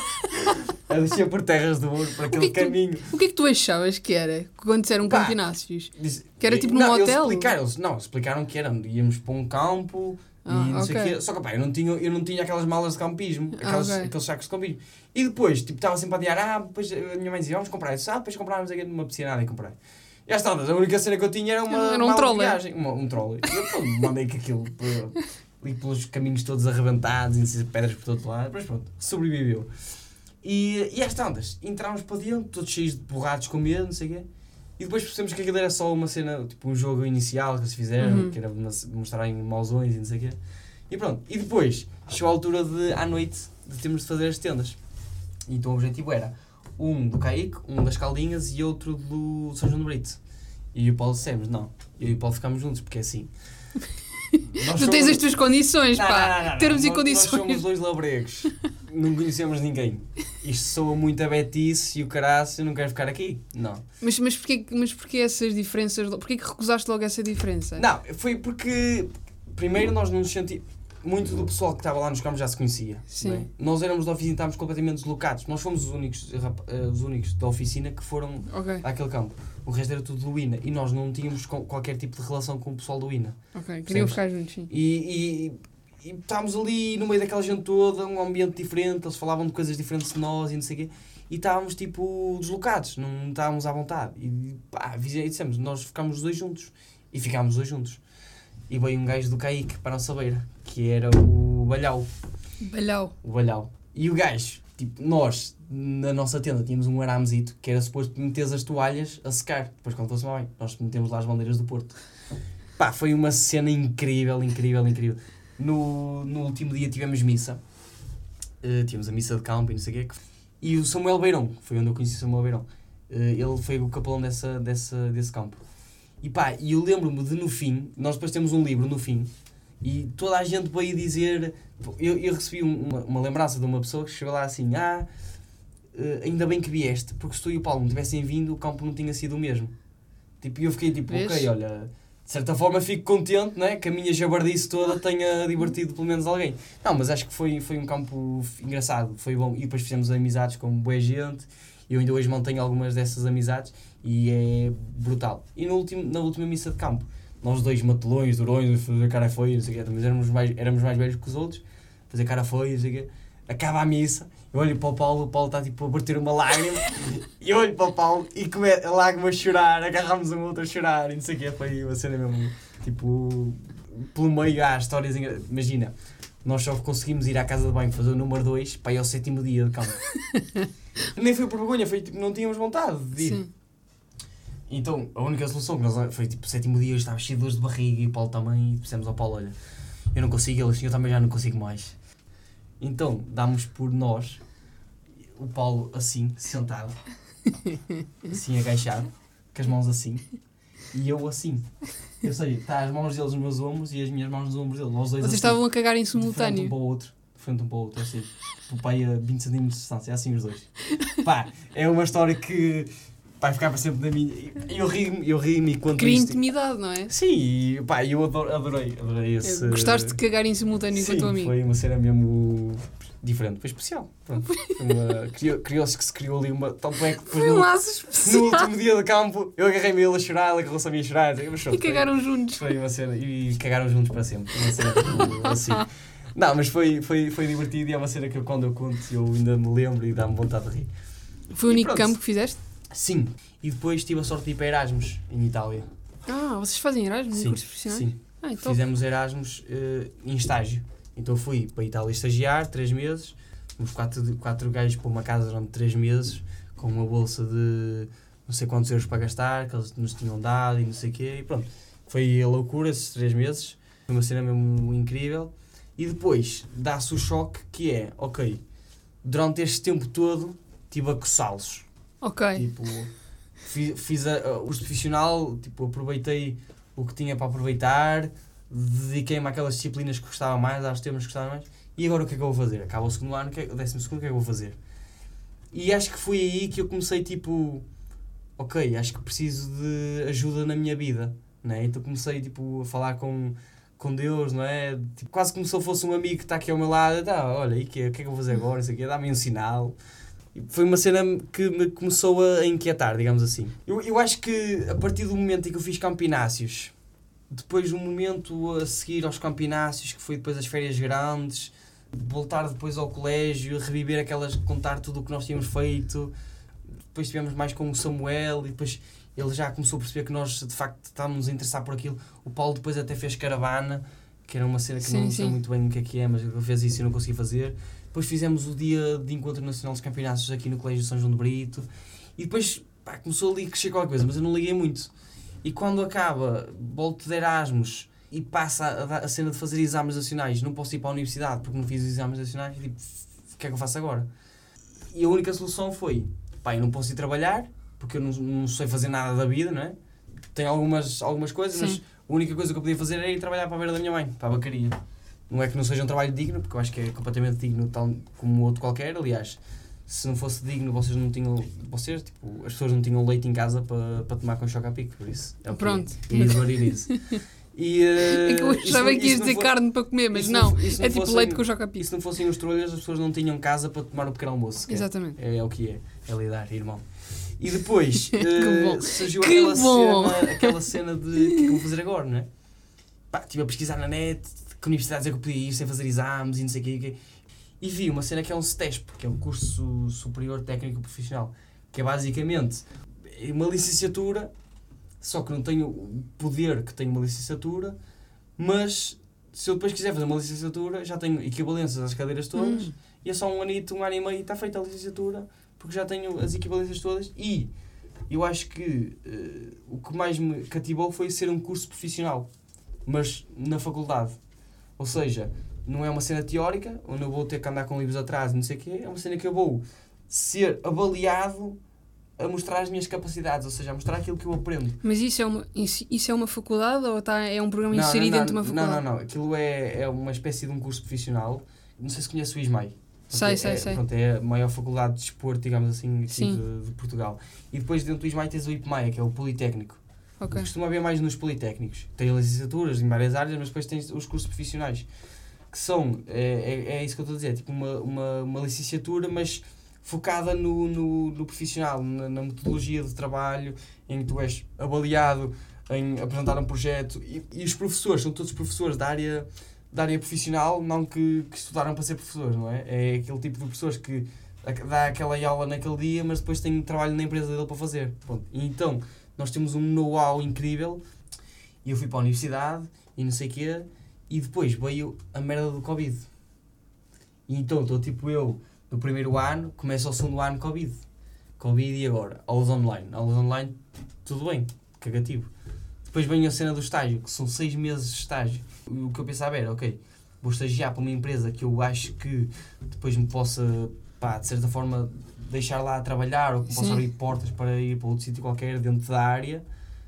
A descer por Terras do Ouro, por aquele que é que tu- caminho. O que é que tu achavas que era quando disseram Pá, campeonatos? Disse- Que era tipo num não, hotel? Eles explicaram, eles, não, explicaram que era, íamos para um campo Ah, e não sei o ok. quê. Só que pá, eu não tinha, eu não tinha aquelas malas de campismo, Ah, aquelas, ok. aqueles sacos de campismo. E depois, tipo, estava sempre a adiar, ah, depois a minha mãe dizia, vamos comprar isso, ah, depois comprámos aqui numa piscina e comprei. E às tantas, a única cena que eu tinha era uma Era um mala trolley. de viagem, uma, um trolley. E eu pô, mandei com aquilo por- ali pelos caminhos todos arrebentados, e pedras por todo lado, mas pronto, sobreviveu. E, e às tantas, entrámos para dentro, todos cheios de borrados com medo, não sei o quê. E depois percebemos que aquilo era só uma cena, tipo um jogo inicial que eles fizeram, Uhum. que era mostrarem mausões e não sei o quê. E pronto, e depois chegou a altura de, à noite, de termos de fazer as tendas. E então o objetivo era um do Caique, um das Caldinhas e outro do São João do Brito. E eu e o Paulo dissemos, não, eu e o Paulo ficámos juntos, porque é assim. Nós Tu tens somos- as tuas condições, Não, pá. não, não, não, Termos nós, e Nós condições. somos dois labregos, não conhecemos ninguém. Isto soa muito a betice e o caraço, eu não quero ficar aqui. Não. Mas, mas, porquê, mas porquê essas diferenças? Porquê que recusaste logo essa diferença? Não, foi porque, primeiro, nós não nos sentimos. Muito do pessoal que estava lá nos campos já se conhecia. Sim. não é? Nós éramos da oficina e estávamos completamente deslocados. Nós fomos os únicos, rap- eh, os únicos da oficina que foram Ok, àquele campo. O resto era tudo do I N A. E nós não tínhamos co- qualquer tipo de relação com o pessoal do I N A. ok. Queriam Percebes? ficar juntos, sim. E, e, e estávamos ali no meio daquela gente toda, um ambiente diferente, eles falavam de coisas diferentes de nós e não sei o quê. E estávamos tipo deslocados, não estávamos à vontade. E pá, e dissemos, nós ficámos os dois juntos. E ficámos os dois juntos. E veio um gajo do Caique para a nossa beira, que era o Balhau. Balhau. O Balhau. E o gajo, tipo, nós, na nossa tenda, tínhamos um aramezito, que era suposto meter as toalhas a secar. Depois, quando fosse bem, nós metemos lá as bandeiras do Porto. Pá, foi uma cena incrível, incrível, incrível. No, no último dia tivemos missa. Uh, tínhamos a missa de campo e não sei o quê. E o Samuel Beirão, foi onde eu conheci o Samuel Beirão. Uh, ele foi o capelão dessa, dessa, desse campo. E pá, e eu lembro-me de no fim, nós depois temos um livro no fim, e toda a gente veio dizer, eu, eu recebi uma, uma lembrança de uma pessoa que chegou lá assim, ah, uh, ainda bem que vieste, porque se tu e o Paulo não tivessem vindo, o campo não tinha sido o mesmo. Tipo, e eu fiquei tipo, Vês? ok, olha, de certa forma fico contente, né, que a minha jabardice toda tenha divertido pelo menos alguém. Não, mas acho que foi, foi um campo engraçado, foi bom, e depois fizemos amizades com boa gente, e eu ainda hoje mantenho algumas dessas amizades, e é brutal. E no último, na última missa de campo, nós dois matelões, durões, fazer cara feia, não sei o quê, mas éramos mais, éramos mais velhos que os outros, fazer cara feia, não sei o quê. Acaba a missa, eu olho para o Paulo, o Paulo está tipo a bater uma lágrima, e eu olho para o Paulo e come a lágrima a chorar, agarramos um outro a chorar, e não sei o quê, foi uma cena mesmo, tipo, pelo meio há histórias, engra... imagina, nós só conseguimos ir à casa de banho fazer o número dois para ir ao sétimo dia de campo. Nem foi por vergonha, foi tipo, não tínhamos vontade de ir. Sim. Então, a única solução que nós foi tipo, o sétimo dia eu estava cheio de dores de barriga e o Paulo também, e dissemos ao Paulo, olha, eu não consigo, ele assim, eu também já não consigo mais. Então, dámos por nós, o Paulo assim, sentado, assim agachado, com as mãos assim, e eu assim. Ou seja, está as mãos deles nos meus ombros e as minhas mãos nos ombros deles. Nós dois Vocês assim, estavam a cagar em de frente simultâneo. um para o outro. De frente um para o outro, assim. O pai a vinte centímetros de distância, assim os dois. Pá, é uma história que vai ficar para sempre na minha. Eu ri-me, eu ri-me e quando Cria isto... intimidade, não é? Sim, e pá, eu adoro, adorei, adorei esse... Gostaste de cagar em simultâneo com o teu Sim, amigo? foi uma cena mesmo diferente, foi especial. Pronto. Foi uma... criou- Criou-se que se criou ali uma... Tanto é que depois Foi um no, laço no especial. último dia de campo eu agarrei-me ele a chorar, ele agarrou-se a mim a chorar. Mas, E cagaram juntos. Foi uma cena, e cagaram juntos para sempre. Uma cena tipo, assim. Não, mas foi, foi, foi divertido e é uma cena que eu, quando eu conto eu ainda me lembro e dá-me vontade de rir. Foi o E único pronto. campo que fizeste? Sim, e depois tive a sorte de ir para Erasmus, em Itália. Ah, vocês fazem Erasmus em Sim, cursos profissionais? sim. Ah, então. Fizemos Erasmus uh, em estágio. Então fui para a Itália estagiar, três meses. Fomos quatro, quatro gajos para uma casa durante três meses, com uma bolsa de não sei quantos euros para gastar, que eles nos tinham dado e não sei o quê. E pronto, foi a loucura esses três meses. Foi uma cena mesmo incrível. E depois dá-se o choque que é, ok, durante este tempo todo estive a coçá-los. Ok. Tipo, fiz, fiz a, a, o profissional, tipo, aproveitei o que tinha para aproveitar, dediquei-me àquelas disciplinas que gostava mais, aos temas que gostava mais, e agora o que é que eu vou fazer? Acaba o segundo ano, o décimo segundo, o que é que eu vou fazer? E acho que foi aí que eu comecei, tipo, ok, acho que preciso de ajuda na minha vida, né? Então comecei, tipo, a falar com, com Deus, não é? Tipo, quase como se eu fosse um amigo que está aqui ao meu lado, tá, olha, e que, o que é que eu vou fazer agora? Isso aqui, dá-me um sinal. Foi uma cena que me começou a inquietar, digamos assim. Eu, eu acho que a partir do momento em que eu fiz campináceos, depois do momento a seguir aos campináceos, que foi depois as férias grandes, voltar depois ao colégio, reviver aquelas, contar tudo o que nós tínhamos feito, depois estivemos mais com o Samuel e depois ele já começou a perceber que nós de facto estávamos a interessar por aquilo. O Paulo depois até fez caravana, que era uma cena que Sim, não sei sim. muito bem o que é que é, mas ele fez isso e eu não consegui fazer. Depois fizemos o dia de Encontro Nacional dos Campeonatos aqui no Colégio São João de Brito. E depois pá, começou ali a crescer qualquer coisa, mas eu não liguei muito. E quando acaba, volto de Erasmus e passa a, a cena de fazer exames nacionais, não posso ir para a universidade porque não fiz os exames nacionais, e tipo, o que é que eu faço agora? E a única solução foi, pá, eu não posso ir trabalhar, porque eu não, não sei fazer nada da vida, não é? Tenho algumas, algumas coisas, Sim. mas a única coisa que eu podia fazer era ir trabalhar para a beira da minha mãe, para a bacaria. Não é que não seja um trabalho digno, porque eu acho que é completamente digno, tal como outro qualquer. Aliás, se não fosse digno, vocês não tinham. Vocês, tipo, as pessoas não tinham leite em casa para, para tomar com choque a pico, por isso. É o que Pronto. É. E isso. E, uh, É que eu achava isso- que ias isso não dizer for- carne para comer, mas isso não. isso É tipo fossem- leite com choca E se não fossem os trolhas, as pessoas não tinham casa para tomar o pequeno almoço. sequer. Exatamente. É, é o que é. É lidar, irmão. E depois Que uh, bom. surgiu Que aquela bom. cena, aquela cena de o que é que eu vou fazer agora, não é? Pá, estive a pesquisar na net, que universidades é que eu podia ir sem fazer exames e não sei o quê. E vi uma cena que é um STESP, que é um curso superior técnico profissional, que é basicamente uma licenciatura, só que não tenho o poder que tem uma licenciatura, mas se eu depois quiser fazer uma licenciatura, já tenho equivalências às cadeiras todas, Hum. e é só um anito, um ano e meio e está feita a licenciatura, porque já tenho as equivalências todas. E eu acho que uh, o que mais me cativou foi ser um curso profissional, mas na faculdade. Ou seja, não é uma cena teórica, onde eu vou ter que andar com livros atrás e não sei o quê, é uma cena que eu vou ser avaliado a mostrar as minhas capacidades, ou seja, a mostrar aquilo que eu aprendo. Mas isso é uma, isso, isso é uma faculdade ou tá, é um programa Não, inserido não, dentro de uma não, faculdade? não, não, aquilo é, é uma espécie de um curso profissional. Não sei se conhece o ISMAI. Sei, é, sei, é, sei. Pronto, é a maior faculdade de desporto, digamos assim, aqui Sim. de, de Portugal. E depois dentro do ISMAI tens o IPMAI, que é o Politécnico. Ok. Costuma haver mais nos politécnicos. Tem licenciaturas em várias áreas, mas depois tens os cursos profissionais. Que são, é, é, é isso que eu estou a dizer, tipo uma, uma, uma licenciatura, mas focada no, no, no profissional, na, na metodologia de trabalho, em que tu és avaliado em apresentar um projeto. E, e os professores, são todos professores da área, da área profissional, não que, que estudaram para ser professores, não é? É aquele tipo de professores que dá aquela aula naquele dia, mas depois tem trabalho na empresa dele para fazer. Pronto. E então, nós temos um know-how incrível, e eu fui para a universidade, e não sei o quê, e depois veio a merda do Covid. E então estou tipo eu no primeiro ano, começo ao segundo ano Covid. Covid e agora? Aulas online. Aulas online, tudo bem, cagativo. Depois vem a cena do estágio, que são seis meses de estágio. O que eu pensava era, ok, vou estagiar para uma empresa que eu acho que depois me possa, pá, de certa forma, deixar lá a trabalhar, ou que me possa Sim. abrir portas para ir para outro sítio qualquer dentro da área.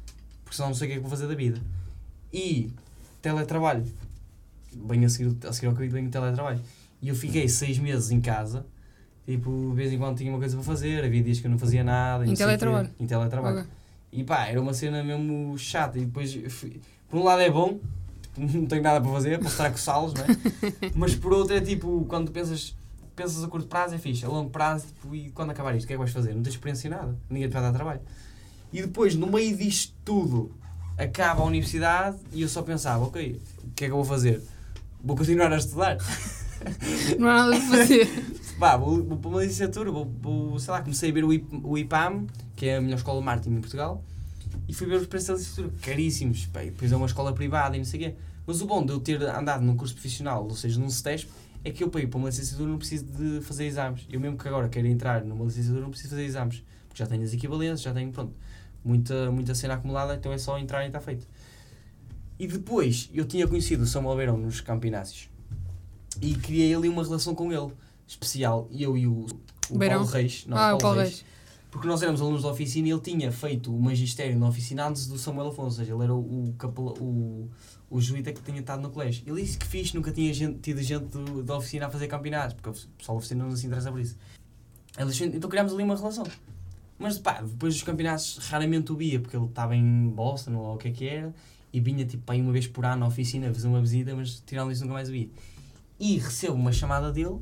porque senão não sei o que é que vou fazer da vida. E teletrabalho, bem a seguir, a seguir ao Covid, bem o teletrabalho. E eu fiquei seis meses em casa, tipo, de vez em quando tinha uma coisa para fazer, havia dias que eu não fazia nada. Em teletrabalho? Em teletrabalho. Okay. E pá, era uma cena mesmo chata. E depois, fui, por um lado é bom, tipo, não tenho nada para fazer, posso estar a coçá-los, não é? Mas por outro é tipo, quando pensas, pensas a curto prazo é fixe, a longo prazo, tipo, e quando acabar isto, o que é que vais fazer? Não tens experiência em nada, ninguém te vai dar trabalho. E depois, no meio disto tudo, acaba a universidade e eu só pensava, ok, o que é que eu vou fazer? Vou continuar a estudar. Não há nada para fazer. Pá, vou, vou para uma licenciatura, vou, vou, sei lá, comecei a ver o, I, o I P A M, que é a melhor escola de marketing em Portugal, e fui ver os preços da licenciatura, caríssimos, pá, e depois é uma escola privada e não sei o quê. Mas o bom de eu ter andado num curso profissional, ou seja, num CETESP, é que eu para ir para uma licenciatura não preciso de fazer exames. Eu mesmo que agora quero entrar numa licenciatura não preciso fazer exames, porque já tenho as equivalências, já tenho, pronto, muita, muita cena acumulada, então é só entrar e está feito. E depois, eu tinha conhecido o Samuel Beirão nos Campináceos, e criei ali uma relação com ele, especial, eu e o, o Paulo Reis, não, ah, Paulo, o Paulo Reis, Reis, porque nós éramos alunos da oficina e ele tinha feito o magistério na oficina antes do Samuel Afonso, ou seja, ele era o, capela, o, o jesuíta que tinha estado no colégio. Ele disse que fixe, nunca tinha gente, tido gente do, da oficina a fazer campeonatos, porque o pessoal da oficina não se interessa por isso. Ele disse, então criámos ali uma relação. Mas pá, depois dos campeonatos raramente o via, porque ele estava em Boston ou o que é que era, e vinha tipo aí uma vez por ano à oficina a fazer uma visita, mas tirando isso nunca mais o via. E recebo uma chamada dele,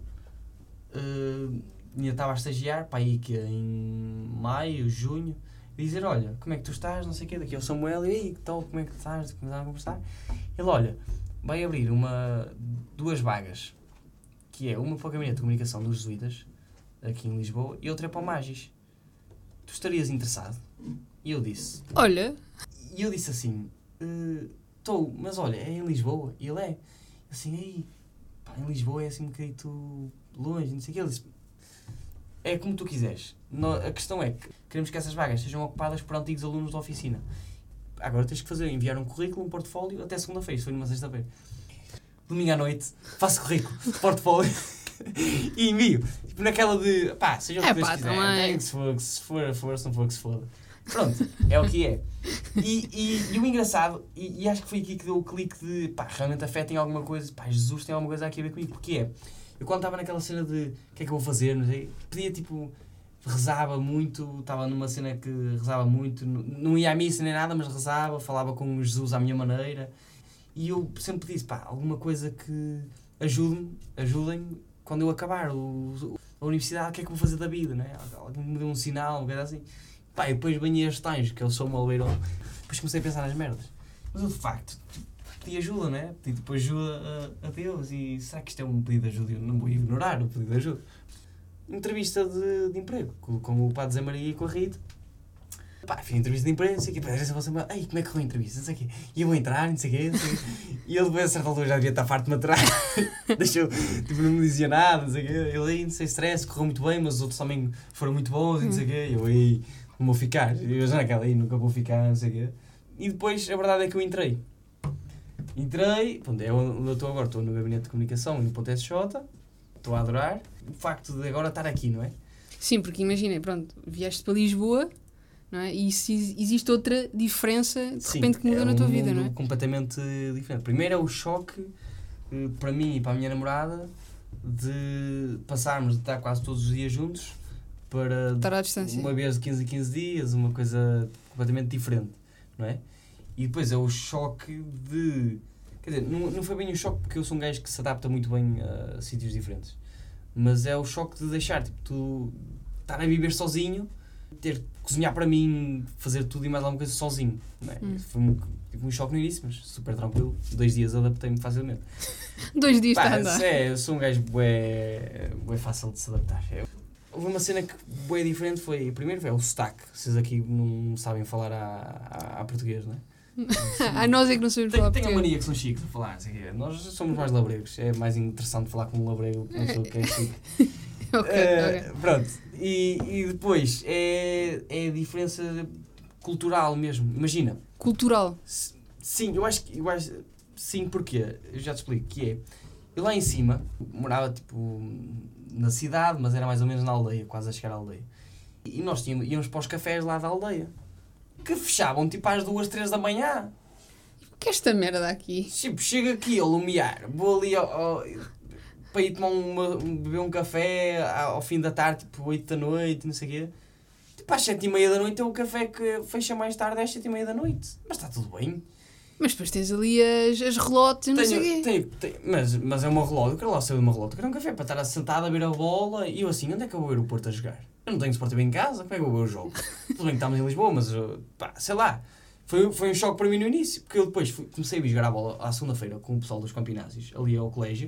uh, ainda estava a estagiar, pá, aí que em maio, junho, dizer, olha, como é que tu estás, não sei o quê, daqui ao Samuel, e aí, que tal, como é que tu estás, começar a conversar. Ele, olha, vai abrir uma, duas vagas, que é uma para o Gabinete de Comunicação dos Jesuítas, aqui em Lisboa, e outra é para o Magis. Tu estarias interessado? E eu disse... Olha... E eu disse assim, estou, uh, mas olha, é em Lisboa? E ele é. Assim, aí, pá, em Lisboa é assim um bocadinho longe, não sei o que. Ele disse, é como tu quiseres. No, a questão é que queremos que essas vagas sejam ocupadas por antigos alunos da oficina. Agora tens que fazer, enviar um currículo, um portfólio, até segunda-feira, isso foi numa sexta-feira. Domingo à noite, faço currículo, portfólio e envio. Tipo naquela de, pá, seja o que é, Deus pá, quiser, também. tem que se for, se for, for, se não for que se foda. Pronto, é o que é. E, e, e o engraçado, e, e acho que foi aqui que deu o clique de, pá, realmente a fé tem alguma coisa, pá, Jesus tem alguma coisa aqui a ver comigo, porque é, eu quando estava naquela cena de, o que é que eu vou fazer, não sei, pedia tipo, rezava muito, estava numa cena que rezava muito, não ia à missa nem nada, mas rezava, falava com Jesus à minha maneira, e eu sempre disse, pá, alguma coisa que ajude-me, ajudem-me, quando eu acabar o, a universidade, o que é que eu vou fazer da vida, não é? Alguém me deu um sinal, uma coisa assim. Pá, e depois banhei este anjo, que é o Samuel Beirão, depois comecei a pensar nas merdas. Mas eu, de facto, pedi ajuda, não é? Pedi depois ajuda a, a Deus, e será que isto é um pedido de ajuda? Eu não vou ignorar o pedido de ajuda. Entrevista de, de emprego, com, com o Padre Zé Maria e com a Rita. Pá, fiz entrevista de emprego, não sei o quê, pá, a Samuel, ei, como é que foi a entrevista, não sei o quê, e eu vou entrar, não sei o quê, não sei o quê. E ele depois a certa altura já devia estar farto de me aturar, deixou, tipo, não me dizia nada, não sei o quê, ele aí, não sei, stress, correu muito bem, mas os outros também foram muito bons, e não sei o quê, eu aí, não vou ficar, eu já naquela aí, nunca vou ficar, não sei o quê. E depois, a verdade é que eu entrei. Entrei, pronto, é onde eu estou agora, estou no Gabinete de Comunicação, no ponto S J, estou a adorar, o facto de agora estar aqui, não é? Sim, porque imagina, pronto, vieste para Lisboa, não é? E se existe outra diferença, de Sim, repente, que muda é na tua um vida, mundo não é? completamente diferente. Primeiro é o choque, eh, para mim e para a minha namorada, de passarmos de estar quase todos os dias juntos para Estar à distância. uma vez de quinze em quinze dias, uma coisa completamente diferente, não é? E depois é o choque de... Quer dizer, não, não foi bem o choque porque eu sou um gajo que se adapta muito bem a, a sítios diferentes. Mas é o choque de deixar, tipo, tu estar a viver sozinho, ter que cozinhar para mim, fazer tudo e mais alguma coisa sozinho, não é? Hum. Foi um, tipo, um choque no início, mas super tranquilo. Dois dias adaptei-me facilmente. Dois dias Pá, está a andar. É, eu sou um gajo bué, bué fácil de se adaptar. É, houve uma cena que bué diferente, foi, primeiro é o sotaque. Vocês aqui não sabem falar a, a, a português, não é? A nós é que não sabemos Tem, falar tem a português. mania que são chiques a falar, não sei o quê. Nós somos mais labregos. É mais interessante falar com um labrego que uma pessoa que é chique. Ok, Uh, ok. pronto, e, e depois é, é a diferença cultural mesmo. Imagina, Cultural. s- sim, eu acho que eu acho, sim, porque eu já te explico que é. Eu lá em cima morava tipo na cidade, mas era mais ou menos na aldeia, quase a chegar à aldeia. E nós tínhamos, íamos para os cafés lá da aldeia. que fechavam tipo às duas, três da manhã. Que esta merda aqui? Tipo, chega aqui a lumiar, vou ali ao, ao, para ir tomar uma, beber um café ao fim da tarde, tipo oito da noite, não sei o quê. Tipo, às sete e meia da noite é o café que fecha mais tarde às sete e meia da noite. Mas está tudo bem. Mas depois tens ali as, as relotes e não sei o quê. Tenho, tenho, mas, mas é uma relógio, eu quero lá sair de uma relógio, eu quero um café para estar sentado a ver a bola e eu assim, onde é que eu vou ver o Porto a jogar? Eu não tenho Sport T V em casa, como é que eu vou ver o jogo? Tudo bem que estamos em Lisboa, mas pá, sei lá. Foi, foi um choque para mim no início, porque eu depois fui, comecei a vir jogar a bola à segunda-feira com o pessoal dos campinásios, ali ao colégio,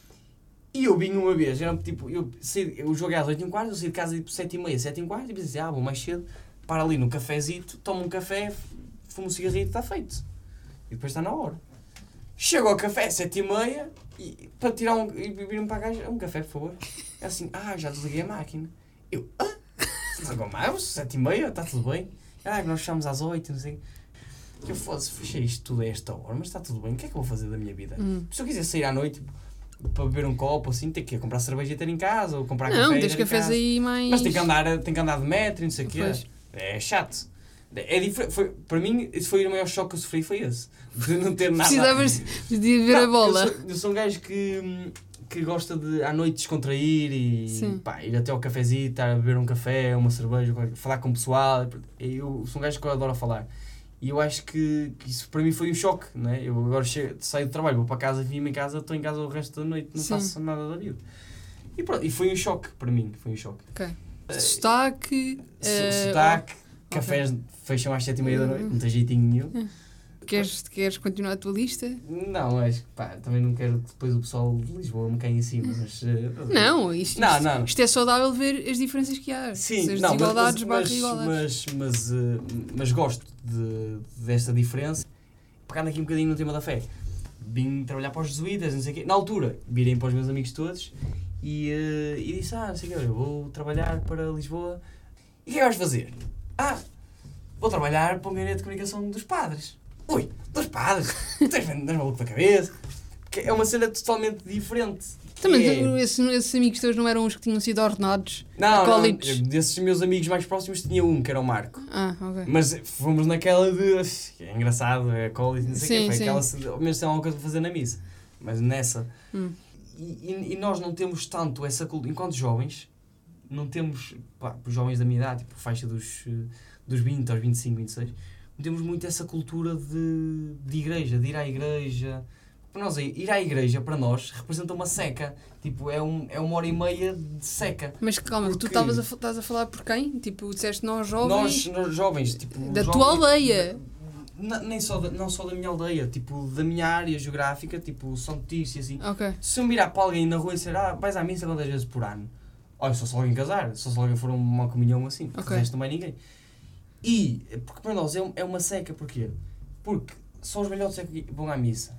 e eu vim uma vez, era tipo, eu, saí, eu joguei às oito e um quarto, eu saí de casa tipo sete e meia, sete e um quarto, e pensei, ah, vou mais cedo, para ali no cafezito, tomo um café, fumo um cigarrito, está feito. E depois está na hora. Chego ao café, sete e meia, e para tirar um, e vir-me para a caixa, um café, por favor. É assim, ah, já desliguei a máquina. Eu, ah, desligou mais, sete e meia, está tudo bem. Ah, nós fechamos às oito, não sei. Eu foda-se, fechei isto tudo a esta hora, mas está tudo bem, o que é que eu vou fazer da minha vida? Hum. Se eu quiser sair à noite para beber um copo, assim, tem que ir comprar cerveja e ter em casa, ou comprar não, café e tens ter em cafés casa. aí mais... Mas tem que andar, tem que andar de metro e não sei o quê. Pois. É chato. É diferente. Foi, para mim, esse foi o maior choque que eu sofri, foi esse. De não ter nada. Precisavas de ver não, a bola. Eu sou, eu sou um gajo que, que gosta de à noite descontrair e pá, ir até ao cafezinho, estar a beber um café, uma cerveja, falar com o pessoal. Eu sou um gajo que eu adoro falar. E eu acho que, que isso para mim foi um choque, não é? Eu agora chego, saio do trabalho, vou para casa, vim-me em casa, estou em casa o resto da noite, não Sim. faço nada da vida. E pronto, e foi um choque para mim, foi um choque. Ok. Sotaque... Uh, sotaque, oh, cafés okay. fecham às sete e meia da noite, não tem jeitinho nenhum. Queres, queres continuar a tua lista? Não, acho que pá, também não quero que depois o pessoal de Lisboa me caia em cima, mas... Uh, não, isto, não, isto, não, isto é saudável ver as diferenças que há. Sim, as não, desigualdades mas, barra igualdades. Mas, mas, uh, mas gosto de, desta diferença. Pegando aqui um bocadinho no tema da fé. Vim trabalhar para os jesuítas, não sei o quê. Na altura, virei para os meus amigos todos e, uh, e disse, ah, não sei o quê, eu vou trabalhar para Lisboa. E o que é que vais fazer? Ah, vou trabalhar para o gabinete de comunicação dos padres. Ui, dos padres, tens maluco da cabeça. Porque é uma cena totalmente diferente. Também, é... esses, esses amigos teus não eram os que tinham sido ordenados? Não, não, eu, desses meus amigos mais próximos tinha um, que era o Marco. Ah, ok. Mas fomos naquela de... É engraçado, é college, não sei o quê. Foi sim. aquela... Ao menos tem alguma coisa para fazer na missa. Mas nessa... Hum. E, e, e nós não temos tanto essa cultura... Enquanto jovens, não temos... Pá, os jovens da minha idade, tipo, faixa dos, dos vinte aos vinte e cinco, vinte e seis... Não temos muito essa cultura de, de igreja, de ir à igreja. Para nós, ir à igreja, para nós, representa uma seca. Tipo, é, um, é uma hora e meia de seca. Mas calma, porque... tu estavas a, estás a falar por quem? Tipo, disseste nós jovens? Nós, nós jovens, tipo... Da jovens, tua aldeia? Não, nem só da, não só da minha aldeia, tipo, da minha área geográfica, tipo, São Notícia, assim. Okay. Se eu mirar para alguém na rua e dizer, ah, vais à missa quantas vezes por ano? Olha, só se alguém casar, só se alguém for uma comunhão assim, porque okay. o resto não vai ninguém. E, porque para nós é, é uma seca, porquê? Porque só os velhotes é que vão à missa.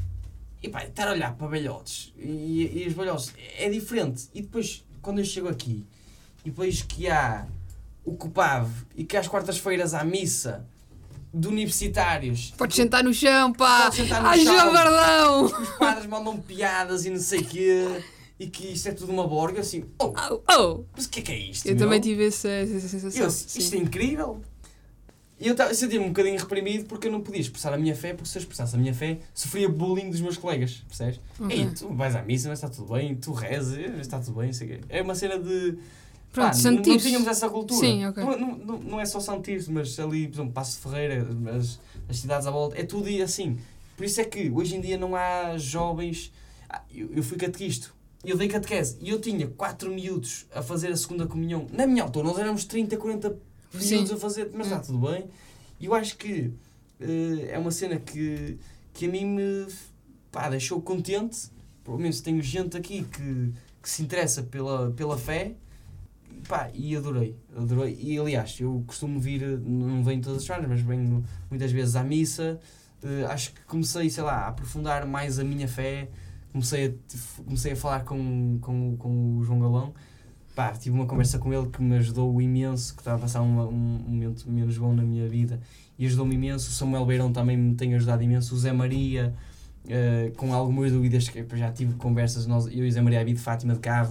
E pá, estar a olhar para velhotes e, e os velhotes é diferente. E depois, quando eu chego aqui, e depois que há o Copave e que às quartas-feiras há missa de universitários... Podes sentar no chão, pá! Podes sentar no Ai, chão! Javardão! Os padres mandam piadas e não sei o quê... E que isto é tudo uma borga, assim, oh, oh, oh. Mas o que é que é isto, Eu meu? também tive essa, essa sensação. Eu, isto é incrível. E eu, eu sentia-me um bocadinho reprimido porque eu não podia expressar a minha fé, porque se eu expressasse a minha fé, sofria bullying dos meus colegas, percebes? Okay. Ei, tu vais à missa, mas está tudo bem, tu rezes, mas está tudo bem, não sei o quê. É uma cena de... Pronto, pá, não, não tínhamos essa cultura. Sim, ok. Não, não, não, não é só Santirce, mas ali, por exemplo, Paço de Ferreira, as, as cidades à volta, é tudo assim. Por isso é que hoje em dia não há jovens... Ah, eu, eu fui catequisto. Eu dei catequese e eu tinha quatro miúdos a fazer a segunda comunhão. Na minha altura, nós éramos trinta, quarenta miúdos Sim. a fazer, mas está tudo bem. E eu acho que uh, é uma cena que, que a mim me pá, deixou contente. Pelo menos tenho gente aqui que, que se interessa pela, pela fé. Pá, e adorei, adorei. E aliás, eu costumo vir, não venho todas as semanas, mas venho muitas vezes à missa. Uh, acho que comecei, sei lá, a aprofundar mais a minha fé. Comecei a, comecei a falar com, com, com o João Galão. Pá, tive uma conversa com ele que me ajudou imenso, que estava a passar uma, um momento menos bom na minha vida e ajudou-me imenso. O Samuel Beirão também me tem ajudado imenso. O Zé Maria, uh, com algumas dúvidas, que já tive conversas, nós, eu e o Zé Maria vi de Fátima de carro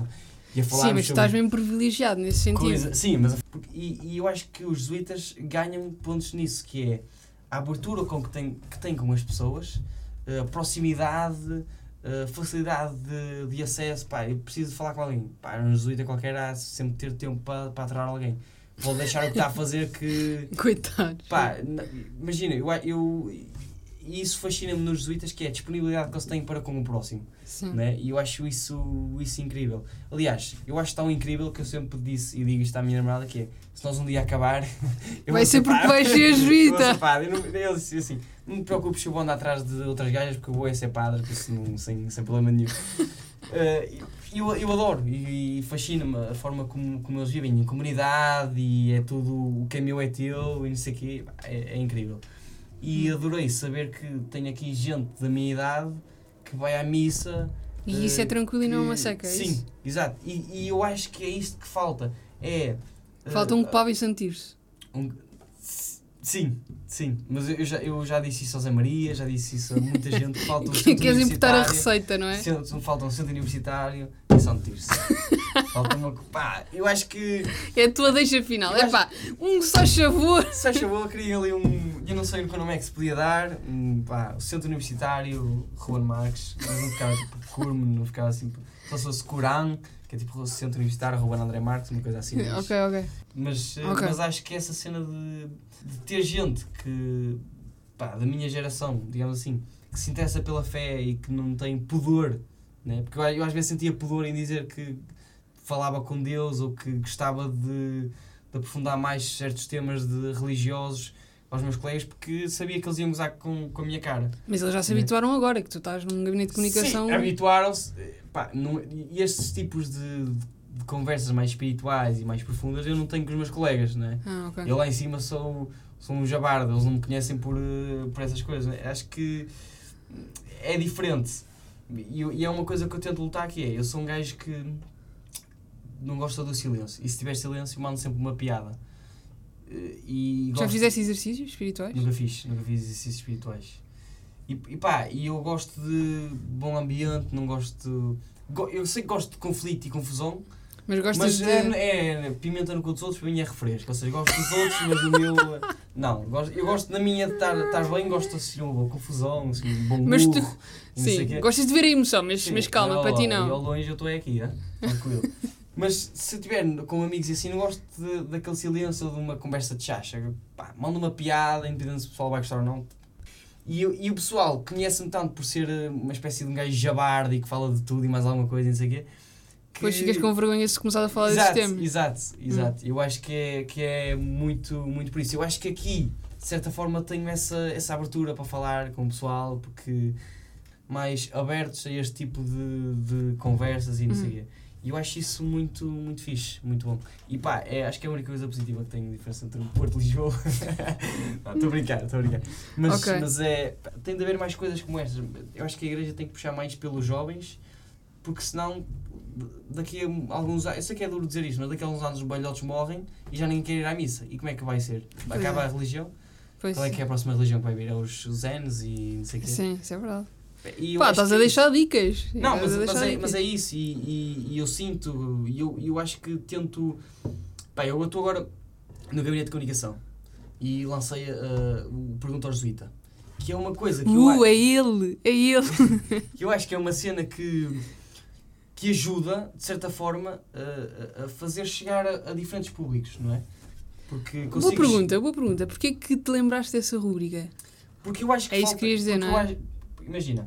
E a falar sim, mas tu estás mesmo privilegiado nesse sentido. Coisa, sim, mas e, e eu acho que os jesuítas ganham pontos nisso, que é a abertura com que tem, que tem com as pessoas, a proximidade, a facilidade de, de acesso. Pá, eu preciso falar com alguém. Pá, um jesuíta qualquer há sempre ter tempo para, para aterrar alguém. Vou deixar o que está a fazer que... Coitados. Pá, imagina, eu, eu, isso fascina-me nos jesuítas, que é a disponibilidade que eles têm para com o próximo. Sim. Né? E eu acho isso, isso incrível. Aliás, eu acho tão incrível que eu sempre disse, e digo isto à minha namorada, que é, se nós um dia acabar... eu vai ser porque vais ser jesuíta. Ele disse assim, não me preocupes se eu vou andar atrás de outras gajas, porque eu vou é ser padre, por isso não, sem, sem problema nenhum. Uh, eu, eu adoro e, e fascina-me a forma como, como eles vivem em comunidade, e é tudo, o que é meu é teu, e não sei o quê, é, é incrível. E adorei saber que tenho aqui gente da minha idade que vai à missa. E uh, isso é tranquilo que, e não é uma seca, é sim, isso? exato. E, e eu acho que é isto que falta. É, falta uh, um culpável e sentir-se. Um, sim, sim. Mas eu já, eu já disse isso ao Zé Maria, já disse isso a muita gente. Falta um que centro queres importar a universitário, receita, não é? Centro, falta um centro universitário e só meter-se. Falta uma... Pá, eu acho que... É a tua deixa final. Eu É pá, um só favor. Se faz favor, queria ali um... Eu não sei qual nome é que se podia dar. Um, pá, o centro universitário, Juan Marques. Mas não ficava tipo Curme, não ficava assim... Só se fosse Curan, que é tipo o centro universitário, Juan André Marques, uma coisa assim. Mas, ok, ok. Mas, okay. mas acho que essa cena de, de ter gente que... Pá, da minha geração, digamos assim, que se interessa pela fé e que não tem pudor, né? Porque eu, eu às vezes sentia pudor em dizer que falava com Deus ou que gostava de, de aprofundar mais certos temas de religiosos aos meus colegas, porque sabia que eles iam gozar com, com a minha cara. Mas eles já se habituaram agora, que tu estás num gabinete de comunicação... Sim, habituaram-se. Pá, não, e estes tipos de, de, de conversas mais espirituais e mais profundas eu não tenho com os meus colegas, né? Ah, ok. Eu lá em cima sou, sou um jabardo, eles não me conhecem por, por essas coisas, né? Acho que é diferente. E, e é uma coisa que eu tento lutar, que é, eu sou um gajo que não gosta do silêncio. E se tiver silêncio, mando sempre uma piada. E já gosto... fizeste exercícios espirituais? Nunca fiz, nunca fiz exercícios espirituais. E, e pá, e eu gosto de bom ambiente, não gosto de... Eu sei que gosto de conflito e confusão, mas gostas mas de... é, é pimenta no cu dos outros, para mim é refresco. Ou seja, gosto dos outros, mas no meu... Não, gosto, eu gosto na minha de estar, estar bem, gosto de assistir uma boa confusão, assim, um bom mas burro. Tu... Sim, gostas de ver a emoção, mas, sim, mas calma, eu, para ti não. E ao longe eu estou aqui, é? Tranquilo. Mas se eu estiver com amigos e assim, não gosto de, daquele silêncio ou de uma conversa de chacha. Pá, manda uma piada, independente se o pessoal vai gostar ou não. E, e o pessoal conhece-me tanto por ser uma espécie de um gajo jabardo e que fala de tudo e mais alguma coisa e não sei o quê. Que... Depois ficas com vergonha se começar a falar exato, desse tema. Exato, exato. Hum. Eu acho que é, que é muito, muito por isso. Eu acho que aqui, de certa forma, tenho essa, essa abertura para falar com o pessoal, porque mais abertos a este tipo de, de conversas e não sei o quê. E eu acho isso muito, muito fixe, muito bom. E pá, é, acho que é a única coisa positiva que tem a diferença entre o Porto e Lisboa. Estou a brincar, estou a brincar. Mas, okay. mas é, tem de haver mais coisas como estas. Eu acho que a igreja tem que puxar mais pelos jovens, porque senão, daqui a alguns anos, eu sei que é duro dizer isto, mas daqui a alguns anos os balhotes morrem e já ninguém quer ir à missa. E como é que vai ser? Acaba a religião? Pois Qual é que é a próxima religião que vai vir? É os Zenes e não sei o quê? Sim, isso é verdade. E pá, estás a deixar dicas. Não, mas, mas, mas, é, dicas. mas é isso, e, e, e eu sinto, e eu, eu acho que tento. Pá, eu estou agora no gabinete de comunicação e lancei uh, o Pergunta ao Jesuíta, que é uma coisa que. Uh, eu, é ele, é ele. Que eu acho que é uma cena que, que ajuda, de certa forma, a, a fazer chegar a, a diferentes públicos, não é? Porque consegues... Boa pergunta, boa pergunta. Porquê é que te lembraste dessa rubrica? Porque eu acho que. É isso falta, que querias dizer, não é? Acho, imagina,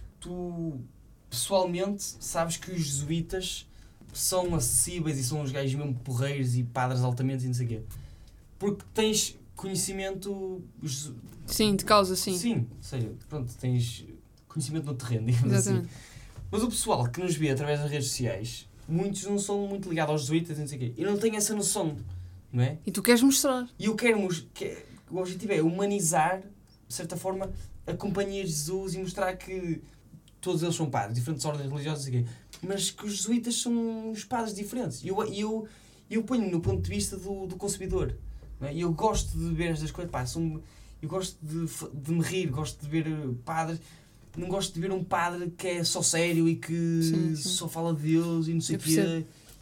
tu pessoalmente sabes que os jesuítas são acessíveis e são uns gajos mesmo porreiros e padres altamente e não sei o quê. Porque tens conhecimento... Sim, de causa, sim. Sim, ou seja, pronto, tens conhecimento no terreno, digamos Exatamente. assim. Mas o pessoal que nos vê através das redes sociais, muitos não são muito ligados aos jesuítas e não sei o quê. E não têm essa noção, não é? E tu queres mostrar. E eu quero mostrar... O objetivo é humanizar, de certa forma, a companhia de Jesus e mostrar que todos eles são padres, diferentes ordens religiosas, mas que os jesuítas são uns padres diferentes. E eu, eu, eu ponho no ponto de vista do, do consumidor. Não é? E eu gosto de ver estas coisas. Pá, são, eu gosto de, de me rir, gosto de ver padres. Não gosto de ver um padre que é só sério e que sim, sim. só fala de Deus e não sei o quê.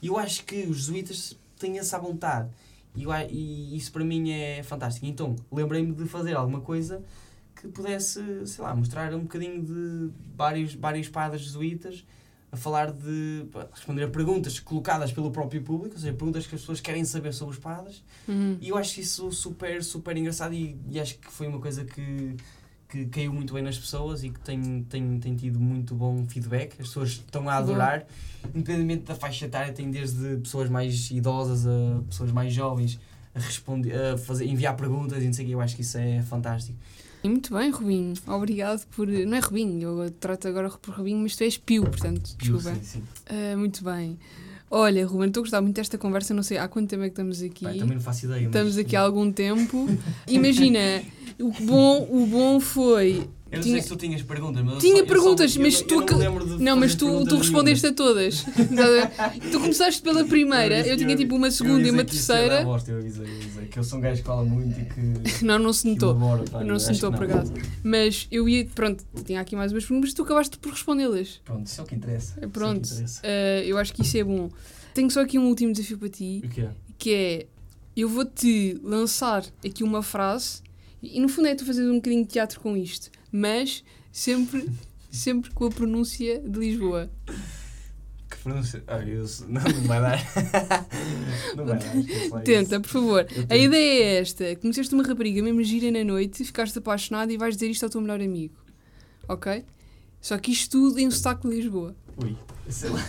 E eu acho que os jesuítas têm essa vontade. E, eu, e isso para mim é fantástico. Então, lembrei-me de fazer alguma coisa que pudesse, sei lá, mostrar um bocadinho de vários, vários padres jesuítas a falar de... responder a perguntas colocadas pelo próprio público, ou seja, perguntas que as pessoas querem saber sobre os padres. Uhum. E eu acho isso super, super engraçado e, e acho que foi uma coisa que, que caiu muito bem nas pessoas e que tem, tem, tem tido muito bom feedback. As pessoas estão a adorar, bom. Independentemente da faixa etária, tem desde pessoas mais idosas a pessoas mais jovens a, responder, a fazer, enviar perguntas e não sei o que. Eu acho que isso é fantástico. Muito bem, Rubinho. Obrigado por... Não é Rubinho, eu trato agora por Rubinho, mas tu és Pio, portanto, Pio, desculpa. sim, sim. Uh, muito bem. Olha, Ruben, estou a gostar muito desta conversa, não sei há quanto tempo é que estamos aqui. Bem, também não faço ideia. Estamos mas... aqui há algum tempo. Imagina, o bom, o bom foi... Eu não tinha... sei se tu tinhas perguntas, mas Tinha eu só, perguntas, eu só, mas eu, tu... eu não, me lembro de não, mas tu, tu respondeste nenhuma. a todas. Tu começaste pela primeira, eu, eu tinha tipo uma segunda e uma terceira. Eu avisei, eu avisei, eu avisei, que eu sou um gajo que fala muito e que... Não, não se notou. Elabora, pá, não se notou, por acaso. Mas eu ia... Pronto, tinha aqui mais umas perguntas, mas tu acabaste por respondê-las. Pronto, isso é o que interessa. Pronto, é que interessa. Uh, eu acho que isso é bom. Tenho só aqui um último desafio para ti. O que é? Que é... Eu vou-te lançar aqui uma frase e no fundo é tu fazeres um bocadinho de teatro com isto, mas sempre... sempre com a pronúncia de Lisboa. Que pronúncia? Ah, eu... Não, não vai dar. Não vai dar. Tenta, por favor. A ideia é esta. Conheceste uma rapariga mesmo gira na noite, ficaste apaixonado e vais dizer isto ao teu melhor amigo. Ok? Só que isto tudo em sotaque de Lisboa. Ui, sei lá.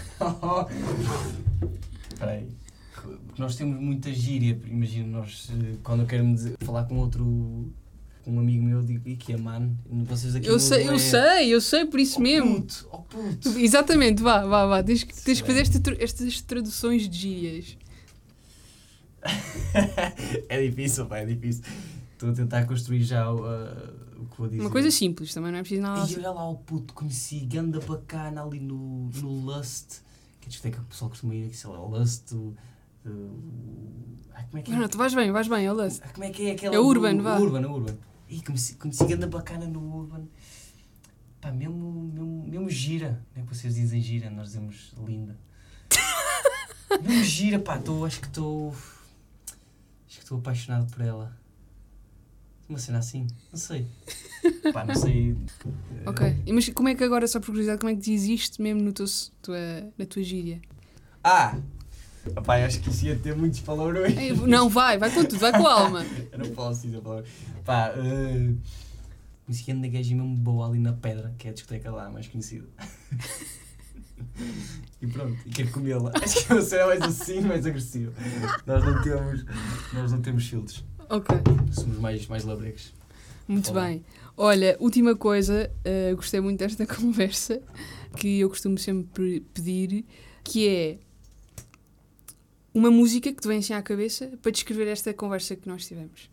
Espera aí. Nós temos muita gíria. Imagina, nós, quando eu quero me dizer, falar com outro... um amigo meu, digo, e que é mano? Vocês aqui eu sei, é... eu sei, eu sei, por isso oh, mesmo. Puto, oh puto. Exatamente, vá, vá, vá. Tens, tens que fazer esta, estas traduções de gírias. É difícil, pá, é difícil. Estou a tentar construir já uh, o que vou dizer. Uma coisa simples, também não é preciso nada. E olha lá o puto, conheci ganda bacana ali no, no Lust, que é a discoteca que o pessoal costuma ir, que sei lá, Lust, uh, ah, como é que é? Não, não, tu vais bem, vais bem, olha. Ah, como é que é aquela? É Urban, do, vá. Urban, é Urban. E conheci, conheci ganda bacana no Urban. Pá, mesmo, mesmo, mesmo gira. Não é que vocês dizem gira, nós dizemos linda. Mesmo gira, pá, tô, acho que estou... Acho que estou apaixonado por ela. Uma cena assim, não sei. Pá, não sei. Ok, mas como é que agora, só por curiosidade, como é que diz isto mesmo no teu, tua, na tua gíria? Ah! Epá, acho que isso ia ter muitos palavrões. Ei, não, vai, vai com tudo, vai com a alma. Eu não posso dizer palavrões. Pá, uh, conheci a gaja mesmo boa ali na Pedra, que é a discoteca lá, mais conhecida. E pronto, e quero comê-la. Acho que é uma cena mais assim, mais agressiva. Nós não temos, nós não temos filtros. Ok. Somos mais, mais labregos. Muito Olá. bem. Olha, última coisa, uh, gostei muito desta conversa, que eu costumo sempre pedir, que é uma música que te vem assim à cabeça para descrever esta conversa que nós tivemos.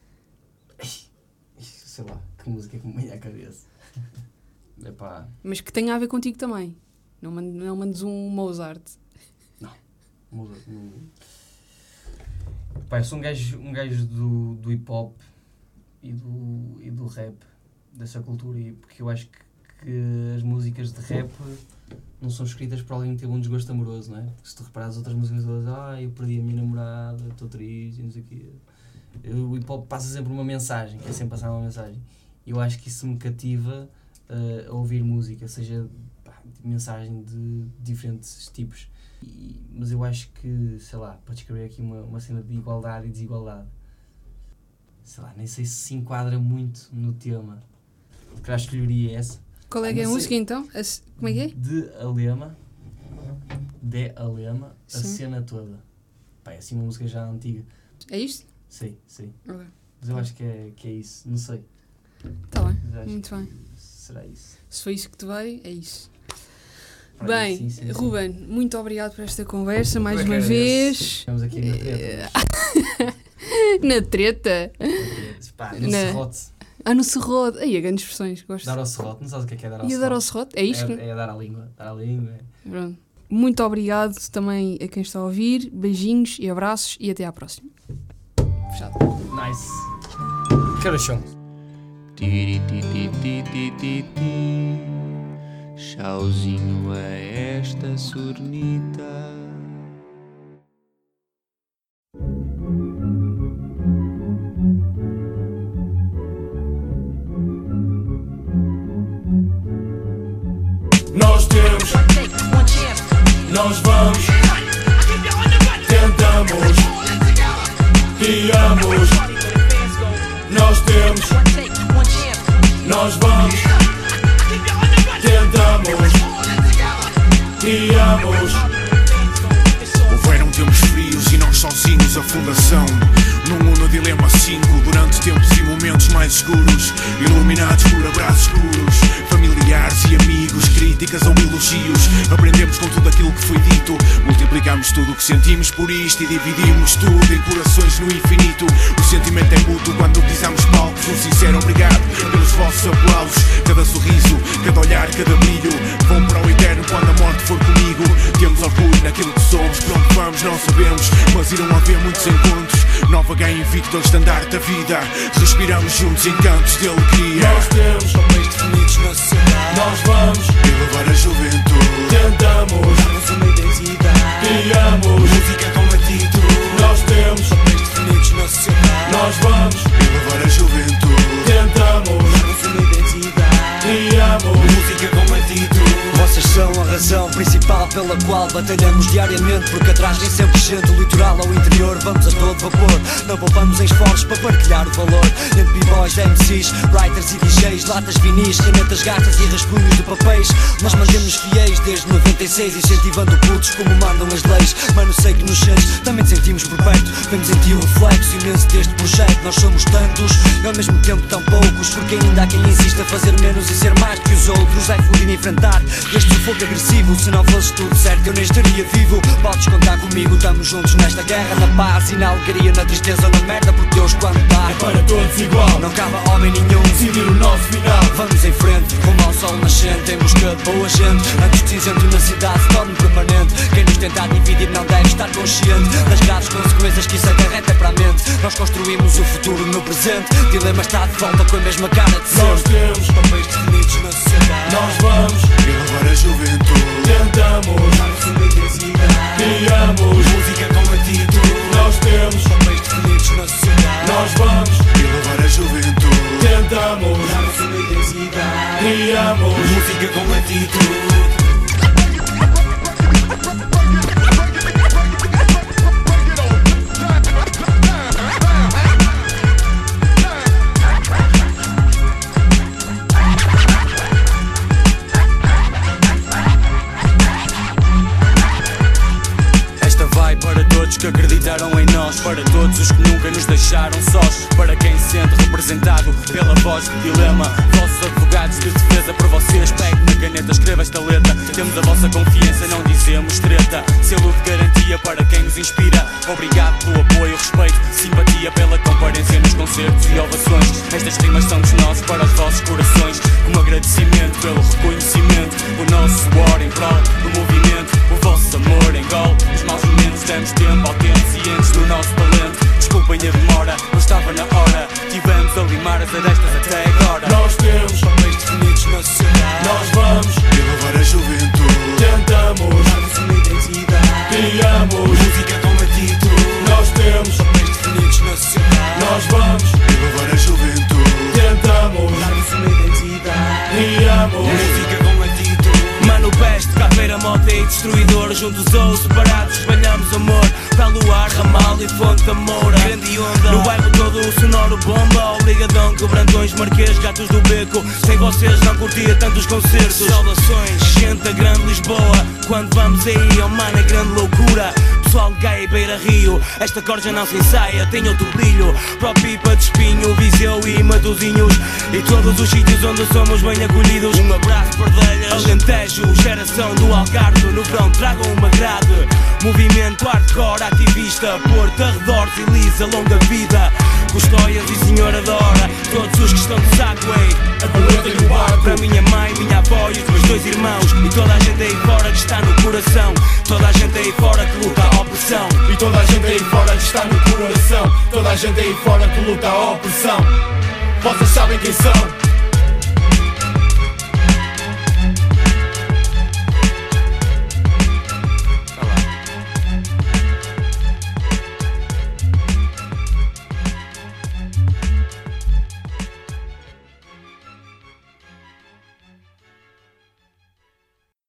Sei lá, que música que me vem à cabeça. Epá. Mas que tenha a ver contigo também. Não, mand- não mandes um Mozart. Muda, muda. Pá, eu sou um gajo, um gajo do, do hip hop e do, e do rap, dessa cultura, e porque eu acho que, que as músicas de rap não são escritas por alguém que teve um desgosto amoroso, não é? Porque se tu reparares as outras músicas, elas, ah, eu perdi a minha namorada, estou triste, não sei o quê. Eu, o hip hop passa sempre uma mensagem, quer sempre passar uma mensagem. E eu acho que isso me cativa uh, a ouvir música, seja pá, de mensagem de diferentes tipos. E, mas eu acho que, sei lá, para descrever aqui uma, uma cena de igualdade e desigualdade, sei lá, nem sei se se enquadra muito no tema. Porque acho que escolheria essa. Qual é Ah, que é a não música sei. então? A se- como é que é? De Alema, de Alema, a Sim. cena toda. Pá, é assim uma música já antiga. É isto? Sei, sei. Ok. Mas eu acho que é, que é isso, não sei. Tá bem, Mas acho muito que bem. será isso. Se foi isso que te veio, é isso. Pá, Bem, sim, sim, sim. Ruben, muito obrigado por esta conversa mais Eu é que uma agradeço. vez. Estamos aqui na treta. Na treta. mas- Pá, no Na- serrote. Ah, no serrote. Aí, grandes expressões, gosto. Dar ao serrote, não sabes o que é, que é dar ao E a serrote? dar ao serrote? É isto? É, é dar à língua. Dar à língua. É. Pronto. Muito obrigado também a quem está a ouvir. Beijinhos e abraços e até à próxima. Fechado. Nice. Que horas são? Tiri ti ti ti ti ti ti. Chauzinho a esta surnita. Nós vamos, tentamos, guiamos. Nós temos, nós vamos, tentamos, guiamos. Houveram tempos frios e nós sozinhos a fundação. Num Uno Dilema cinco, durante tempos e momentos mais escuros, iluminados por abraços escuros, familiares e amigos, críticas ou elogios. Aprendemos com tudo aquilo que foi dito, multiplicamos tudo o que sentimos por isto e dividimos tudo em corações no infinito. O sentimento é mútuo quando pisamos palcos. Um sincero obrigado pelos vossos aplausos. Cada sorriso, cada olhar, cada brilho vão para o eterno quando a morte for comigo. Temos orgulho naquilo que somos, para onde vamos não sabemos, mas irão haver muitos encontros. Nova Gá invicto ao estandarte da vida, respiramos juntos em cantos de alegria. Nós temos papéis definidos na sociedade. Nós vamos elevar a juventude, tentamos darmos uma identidade, guiamos. música com a título. Nós temos Papéis definidos na sociedade. nós vamos Elevar a juventude, tentamos darmos uma identidade, guiamos. música com a título. Vocês são a razão principal pela qual batalhamos diariamente, porque atrás nem sempre gente, do litoral ao interior, vamos a todo vapor. Não poupamos em esforços para partilhar o valor entre b-boys, M Cs, writers e D Js, latas vinis, canetas gastas e rascunhos de papéis. Nós mantemos fiéis desde noventa e seis, incentivando putos como mandam as leis. Mano, sei que nos sentes, também te sentimos por perto. Vemos em ti o reflexo imenso deste projeto. Nós somos tantos e ao mesmo tempo tão poucos, porque ainda há quem insista a fazer menos e ser mais que os outros. É fluir e enfrentar este sufoco agressivo. Se não fosse tudo certo eu nem estaria vivo. Podes contar comigo, estamos juntos nesta guerra, na paz e na alegria, na tristeza ou na merda, porque Deus quando dá É para todos igual, não cabe a homem nenhum decidir o nosso final. Vamos em frente, rumo ao sol nascente, em busca de boa gente, antes que cinzento na cidade se torne permanente. Quem nos tentar dividir não deve estar consciente das graves consequências que isso acarreta para a mente. Nós construímos o futuro no presente, dilema está de volta com a mesma cara de Nós sempre. temos Papéis definidos na sociedade. nós vamos Elevar a juventude, tentamos Darmos uma identidade, guiamos. música com a título. Nós temos papéis definidos na sociedade. nós vamos Elevar a juventude, tentamos Darmos uma identidade, guiamos. música com a título. Para todos que acreditaram em nós, para todos os que nunca nos deixaram sós, para quem se sente representado pela voz de dilema, vossos advogados de defesa, por vocês pegue na caneta, escreva esta letra. Temos a vossa confiança, não dizemos treta, selo de garantia para quem nos inspira. Obrigado pelo apoio, respeito, simpatia, pela comparência nos concertos e ovações. Estas rimas são dos nossos para os vossos corações, como agradecimento pelo reconhecimento, o nosso suor em prol do movimento, o vosso amor em gol, os maus momentos. Damos tempo ao tempo, cientes do nosso talento. Desculpem a demora, não estava na hora. Tivemos a limar as arestas até agora. Nós temos papéis definidos na sociedade. nós vamos Elevar a juventude, tentamos Darmos uma identidade, guiamos. música com a título. Nós temos papéis definidos na sociedade. nós vamos Elevar a juventude, tentamos Darmos uma identidade, guiamos. música com a título. Mano, peste, caveira, moto e destruidor, juntos ou separados espalhamos amor, para luar, ramal e fonte da moura. Grande onda, no bairro todo o sonoro bomba. Obrigadão, quebrantões, marquês, gatos do beco. Sem vocês não curtia tantos concertos. Saudações, gente da grande Lisboa, quando vamos aí, oh mano, é grande loucura. Pessoal de Gaia e Beira Rio, esta corja não se ensaia, tem outro brilho. Pro Pipa de Espinho, Viseu e Matosinhos, e todos os sítios onde somos bem acolhidos. Um abraço, Pardelhas, Alentejo, geração do Algarve. No verão tragam uma grade, movimento hardcore, ativista, Porto, arredores e Lisa, longa vida. Custóias e Senhora Dora, todos os que estão de saco, ei, A coleta e o barco. para minha mãe, minha avó e os meus dois irmãos, e toda a gente aí fora que está no coração, toda a gente aí fora que luta a opressão. E toda a gente aí fora que está no coração, toda a gente aí fora que luta a opressão. Vocês sabem quem são.